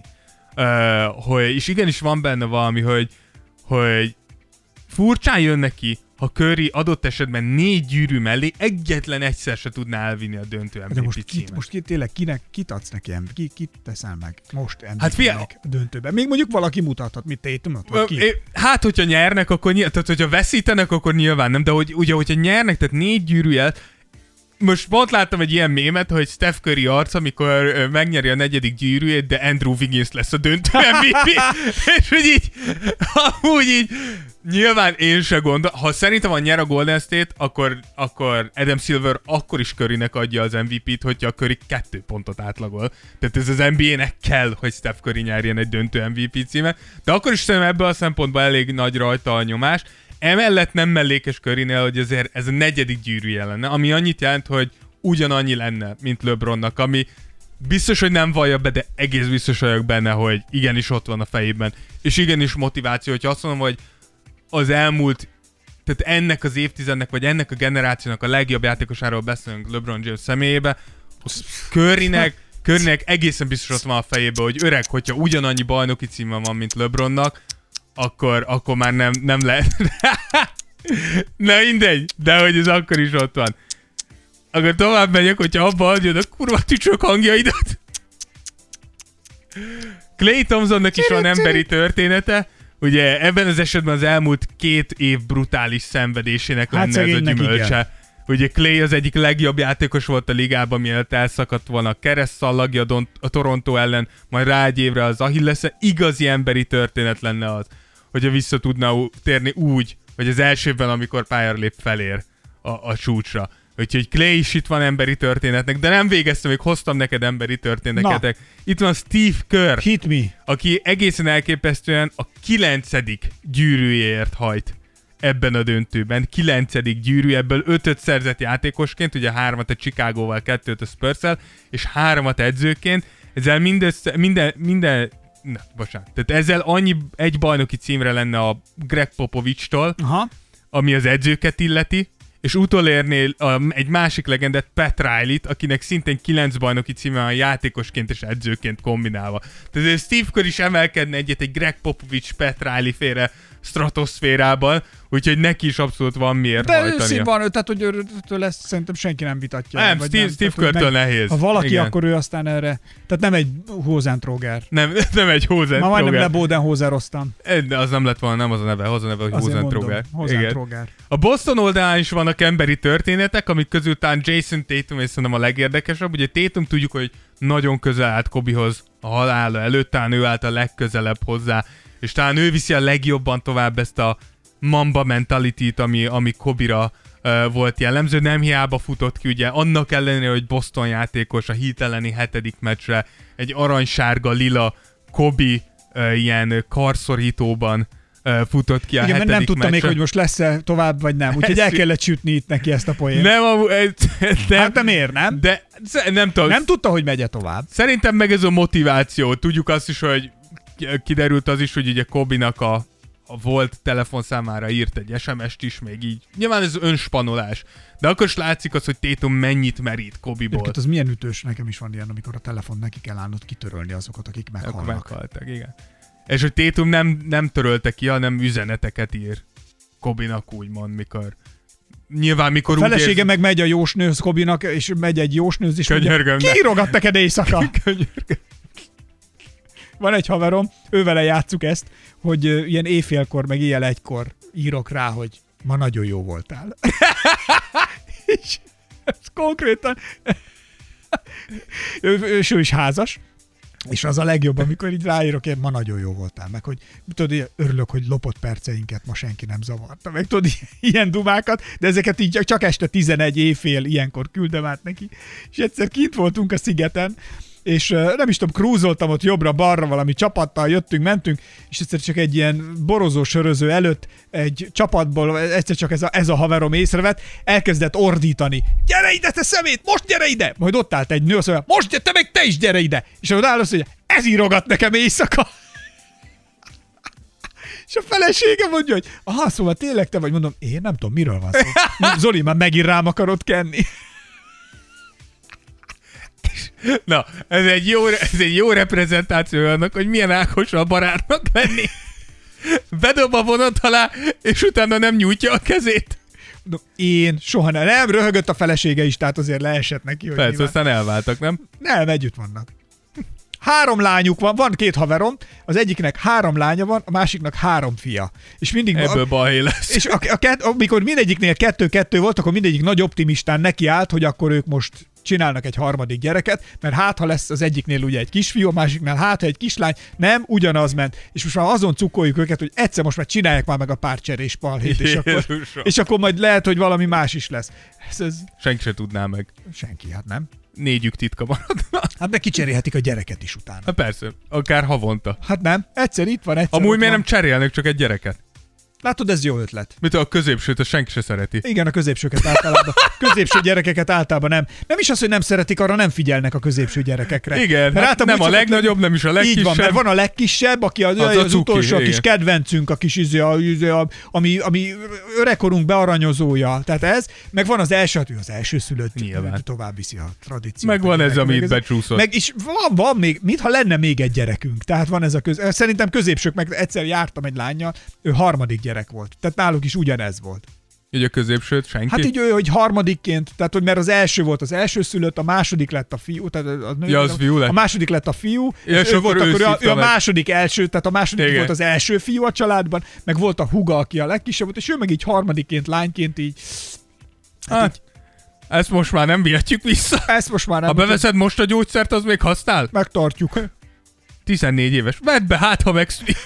És igenis van benne valami, hogy furcsán jön neki, ha Curry adott esetben 4 gyűrű mellé egyetlen egyszer se tudná elvinni a döntő MVP címet. Most tényleg kit adsz neki, kit teszel meg most MVP-nek a döntőben? Még mondjuk valaki mutathat, mit Tatumot, vagy ki? Hát, hogyha nyernek, akkor tehát hogyha veszítenek, akkor nyilván nem, de hogyha nyernek, tehát 4 gyűrűjel, most pont láttam egy ilyen mémet, hogy Steph Curry arc, amikor megnyeri a 4. gyűrűjét, de Andrew Wiggins lesz a döntő MVP. És hogy így, amúgy így, nyilván én se gondolom, ha szerintem a nyer a Golden State, akkor Adam Silver akkor is Currynek adja az MVP-t, hogyha a Curry 2 pontot átlagol. Tehát ez az NBA-nek kell, hogy Steph Curry nyerjen egy döntő MVP címet. De akkor is szerintem ebből a szempontból elég nagy rajta a nyomás. Emellett nem mellékes Currynél, hogy azért ez a 4. gyűrűje lenne, ami annyit jelent, hogy ugyanannyi lenne, mint LeBronnak, ami biztos, hogy nem vallja be, de egész biztos vagyok benne, hogy igenis ott van a fejében. És igenis motiváció, hogy azt mondom, hogy az elmúlt, tehát ennek az évtizednek, vagy ennek a generációnak a legjobb játékosáról beszélünk LeBron James személyébe, Currynek egészen biztos ott van a fejében, hogy öreg, hogyha ugyanannyi bajnoki címe van, mint LeBronnak, akkor már nem lehet. Na mindegy, de hogy ez akkor is ott van. Akkor tovább megyek, hogyha abba adjad a kurva tücsök hangjaidat. Klay Thompsonnak is van emberi története. Ugye ebben az esetben az elmúlt 2 év brutális szenvedésének lenne ez a gyümölcse. Igen. Ugye Klay az egyik legjobb játékos volt a ligában, mielőtt elszakadt volna a keresztszallagja a Toronto ellen, majd rá egy évre az Achillesze. Igazi emberi történet lenne az, hogyha vissza tudna térni úgy, hogy az első évben, amikor pályára lép, felér a csúcsra. Úgyhogy Klay is itt van emberi történetnek, de nem végeztem, még hoztam neked emberi történeteket. Na. Itt van Steve Kerr, Hit me. Aki egészen elképesztően a 9. gyűrűjéért hajt ebben a döntőben. 9. gyűrű, ebből 5-öt szerzett játékosként, ugye 3-at a Chicagóval, 2-t a Spurs-szel, és 3-at edzőként. Ezzel bocsánat. Tehát ezzel egy bajnoki címre lenne a Greg Popovich-tól, ami az edzőket illeti, és utolérnél egy másik legendát, Pat Riley-t, akinek szintén 9 bajnoki címe van játékosként és edzőként kombinálva. Tehát Steve Kerr is emelkedne egy Greg Popovich, Pat Riley féle stratoszférában, úgyhogy neki is abszolút van miért hajtania. De van, tehát hogy őtől ezt szerintem senki nem vitatja. Nem, Steve Kerrtől nehéz. Ha valaki, igen, akkor ő aztán erre, tehát nem egy Hosentroger. Nem egy Hosentroger. Ma majdnem lebodenhozeroztam. Az nem lett volna, nem az a neve, hogy Hosentroger. Hosentroger. A Boston oldalán is vannak emberi történetek, amik közül talán Jason Tatum és szerintem a legérdekesebb. Ugye Tatum tudjuk, hogy nagyon közel állt Kobehoz a halála előtt, talán ő állt a legközelebb hozzá, és talán ő viszi a legjobban tovább ezt a Mamba mentalityt, ami Kobe-ra volt jellemző. Nem hiába futott ki, ugye annak ellenére, hogy Boston játékos a Heat elleni 7. meccsre egy aranysárga lila Kobe ilyen karszorítóban futott ki a 7. meccsre. Nem tudta meccsre. még, hogy most lesz-e tovább, vagy nem. Úgyhogy el kellett sütni itt neki ezt a poént. Nem. Hát nem ér, nem? De nem tudom. Nem tudta, hogy megye tovább. Szerintem meg ez a motiváció. Tudjuk azt is, hogy kiderült az is, hogy ugye Kobe-nak a volt telefonszámára írt egy SMS-t is, még így. Nyilván ez önspanolás. De akkor is látszik az, hogy Tatum mennyit merít Kobe-ból. Egyébként az milyen ütős, nekem is van ilyen, amikor a telefon neki kell állnod kitörölni azokat, akik meghalnak. Meghaltak, igen. És hogy Tatum nem törölte ki, hanem üzeneteket ír Kobe-nak úgymond, mikor a felesége meg megy a jósnőhöz Kobe-nak, és megy egy jósnőhöz, és mondja, kiírogat neked éjszaka? Van egy haverom, ővele játsszuk ezt, hogy ilyen éjfélkor, meg éjjel 1-kor írok rá, hogy ma nagyon jó voltál. És ez konkrétan... és ő is házas, és az a legjobb, amikor így ráírok, én ma nagyon jó voltál, meg hogy tudod, örülök, hogy lopott perceinket ma senki nem zavarta, meg tudod, ilyen dumákat, de ezeket így csak este 11 éjfél ilyenkor küldem át neki. És egyszer kint voltunk a szigeten, és nem is tudom, krúzoltam ott jobbra-balra valami csapattal, jöttünk, mentünk, és egyszer csak egy ilyen borozó söröző előtt egy csapatból egyszer csak ez a haverom észrevett, elkezdett ordítani. Gyere ide, te szemét, most gyere ide! Majd ott állt egy nő, azt mondja, most te meg te is gyere ide! És ahogy áll, azt mondja, ez írogat nekem éjszaka! És a felesége mondja, hogy aha, szóval tényleg te vagy, mondom, én nem tudom, miről van szó. Zoli, már megint rám akarod kenni. Na, ez egy jó reprezentáció annak, hogy milyen Ákos a barátnak lenni. Bedob a vonat alá, és utána nem nyújtja a kezét. Én soha nem röhögött a felesége is, tehát azért leesett neki. Hogy persze, aztán elváltak, nem? Nem, együtt vannak. 3 lányuk van 2 haverom, az egyiknek 3 lánya van, a másiknak 3 fia. És mindig ebből balhé lesz. És amikor mindegyiknél 2-2 volt, akkor mindegyik nagy optimistán nekiállt, hogy akkor ők most csinálnak egy 3. gyereket, mert hát ha lesz az egyiknél ugye egy kisfiú, a másiknál hát ha egy kislány, nem, ugyanaz ment. És most már azon cukoljuk őket, hogy egyszer most már csinálják már meg a párcserés balhét, és akkor majd lehet, hogy valami más is lesz. Ez... Senki se tudná meg. Senki, hát nem. 4 titka maradna. Hát meg kicserélhetik a gyereket is utána. Hát persze, akár havonta. Hát nem, egyszer itt van, egyszer amúgy miért nem cserélnek csak egy gyereket? Látod, ez jó ötlet. Mit a középsőt, azt senki se szereti. Igen, a középsőket általában. Középső gyerekeket általában nem. Nem is az, hogy nem szeretik, arra nem figyelnek a középső gyerekekre. Igen, hát nem a legnagyobb, nem is a legkisebb. Így van, mert van a legkisebb, aki az utolsó kis kedvencünk, a kis ami öregkorunk bearanyozója. Tehát ez, meg van az elsőszülött, tovább viszi a tradíciót. Meg van ez, amit becsúszott. Meg is van még, mintha lenne még egy gyerekünk. Tehát van ez a szerintem középsők, meg egyszer jártam egy lánnyal, ő 3. gyerek volt. Tehát náluk is ugyanez volt. Így a középsőt senki? Hát így ő, hogy 3. tehát hogy mert az első volt az elsőszülött, a második lett a fiú, tehát az fiú lett. A második lett a fiú, és ő volt akkor ő a második első, tehát a második igen. Volt az első fiú a családban, meg volt a húga, aki a legkisebb volt, és ő meg így 3. lányként így. Hát ezt most már nem vihetjük vissza. Ezt most már nem. Ha beveszed most a gyógyszert, az még használ? Megtartjuk. 14 éves. Vedd be, hát ha megszűnik.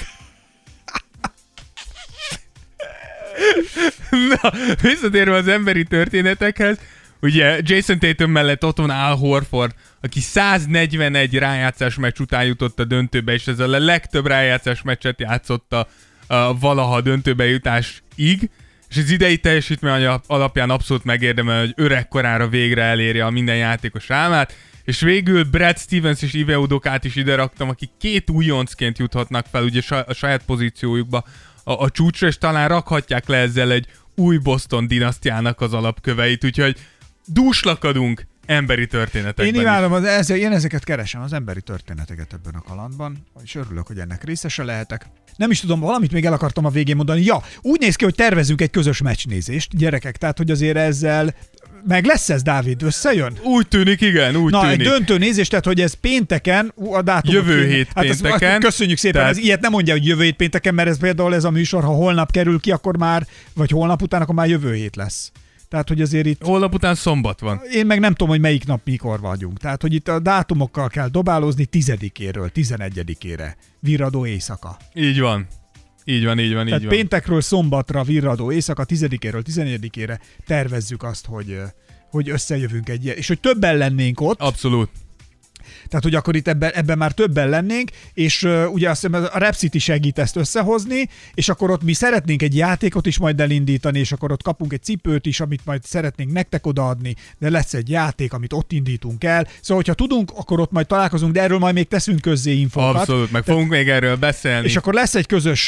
Na, visszatérve az emberi történetekhez, ugye Jason Tatum mellett ott van Al Horford, aki 141 rájátszás meccs után jutott a döntőbe, és ez a legtöbb rájátszás meccset játszotta valaha döntőbe jutásig, és az idei teljesítmény alapján abszolút megérdemel, hogy öregkorára végre elérje a minden játékos álmát, És végül Brad Stevens és Ime Udokát is ide raktam, akik 2 újoncként juthatnak fel ugye a saját pozíciójukba a csúcsra, és talán rakhatják le ezzel egy új Boston dinasztiának az alapköveit, úgyhogy dúslakadunk emberi történetekben. Én imádom, én ezeket keresem, az emberi történeteket ebben a kalandban, és örülök, hogy ennek részese lehetek. Nem is tudom, valamit még el akartam a végén mondani. Ja, úgy néz ki, hogy tervezünk egy közös meccsnézést, gyerekek, tehát hogy azért ezzel meg lesz ez, Dávid, összejön? Úgy tűnik, igen, úgy tűnik. Egy döntő nézés, tehát hogy ez pénteken, a dátum. Jövő hét pénteken. Köszönjük szépen, tehát... ilyet nem mondja, hogy jövő hét pénteken, mert ez például ez a műsor, ha holnap kerül ki, akkor már, vagy holnap után, akkor már jövő hét lesz. Tehát, hogy azért itt... Holnap után szombat van. Én meg nem tudom, hogy melyik nap mikor vagyunk. Tehát, hogy itt a dátumokkal kell dobálózni 10-éről 11-ére. Virradó éjszaka. Így van. Így van. Péntekről szombatra virradó éjszaka, 10-éről 11-ére tervezzük azt, hogy összejövünk egy ilyen, és hogy többen lennénk ott. Abszolút. Tehát, hogy akkor itt ebben már többen lennénk, és ugye azt hiszem, a Rap City segít ezt összehozni, és akkor ott mi szeretnénk egy játékot is majd elindítani, és akkor ott kapunk egy cipőt is, amit majd szeretnénk nektek odaadni, de lesz egy játék, amit ott indítunk el. Szóval, hogyha tudunk, akkor ott majd találkozunk, de erről majd még teszünk közzé infokat. Abszolút, meg fogunk még erről beszélni. És akkor lesz egy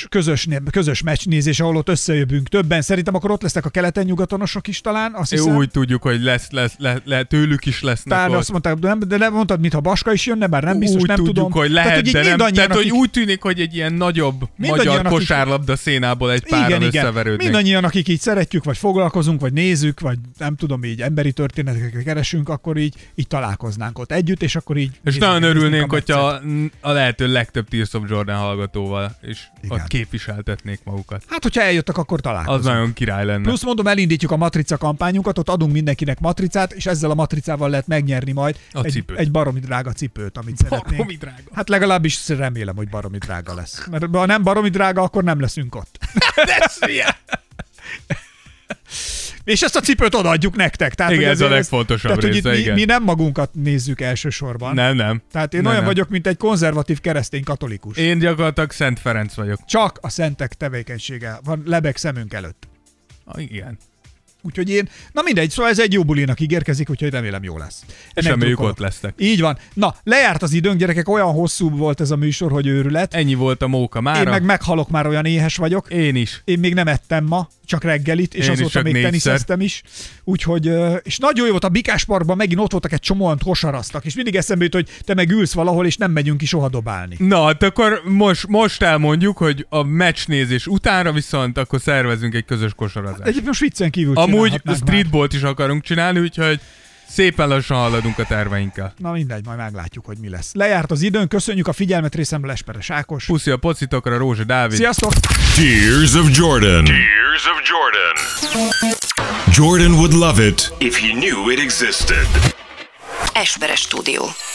közös meccsnézés, ahol ott összejövünk többen. Szerintem akkor ott lesznek a keleten-nyugatonosok is talán, azt hiszem. Úgy tudjuk, hogy lesz tőlük is lesznek. Talán azt mondták, de nem mondtad, mintha Baska is jönne, bár nem biztos, úgy nem tudjuk, tudom. Hogy lehet, tehát, hogy de nem. Tehát, hogy úgy tűnik, hogy egy ilyen nagyobb magyar kosárlabda szénából egy páran összeverődnek. Mindannyian, akik így szeretjük, vagy foglalkozunk, vagy nézzük, vagy nem tudom, így emberi történeteket keresünk, akkor így találkoznánk ott együtt, és akkor így... És nagyon örülnénk, hogyha a lehető legtöbb Tears of Jordan hallgatóval és ott képviseltetnék magukat. Hát, hogyha eljöttek, akkor találkozunk. Az nagyon király lenne. Plusz mondom, elindítjuk a matrica kampányunkat, ott adunk mindenkinek matricát, és ezzel a matricával lehet megnyerni majd egy baromi drága cipőt, amit szeretnénk. Baromi drága. Hát legalábbis remélem, hogy baromi drága lesz. Mert ha nem baromi drága, akkor nem leszünk ott. És ezt a cipőt odaadjuk nektek. Tehát, igen, ez a legfontosabb tehát, része, hogy mi nem magunkat nézzük elsősorban. Nem. Tehát én olyan vagyok, mint egy konzervatív keresztény katolikus. Én gyakorlatilag Szent Ferenc vagyok. Csak a szentek tevékenysége van lebeg szemünk előtt. Igen. Úgyhogy na mindegy, szóval ez egy jó bulinak ígérkezik, úgyhogy remélem jó lesz. És reméljük ott lesztek. Így van. Na, lejárt az időnk, gyerekek, olyan hosszú volt ez a műsor, hogy őrület. Ennyi volt a móka mára. Én meg meghalok, már olyan éhes vagyok. Én is. Én még nem ettem ma, csak reggelit, és azóta még teniszeztem is. Úgyhogy, és nagyon jó volt, a Bikás Parkban megint ott voltak egy csomóan kosaraztak, és mindig eszembe jut, hogy te meg ülsz valahol, és nem megyünk ki soha dobálni. Na, hát akkor most elmondjuk, hogy a meccsnézés utánra viszont akkor szervezünk egy közös kosarazást. Egyébként most viccen kívül amúgy streetballt is akarunk csinálni, úgyhogy szépen lassan haladunk a terveinkkel. Na mindegy, majd meglátjuk, hogy mi lesz. Lejárt az időn, köszönjük a figyelmet, részemről Esperes Ákos. Puszi a pocitokra, Rózsa Dávid. Sziasztok! Tears of Jordan. Tears of Jordan. Jordan would love it if he knew it existed. Esperes Stúdió.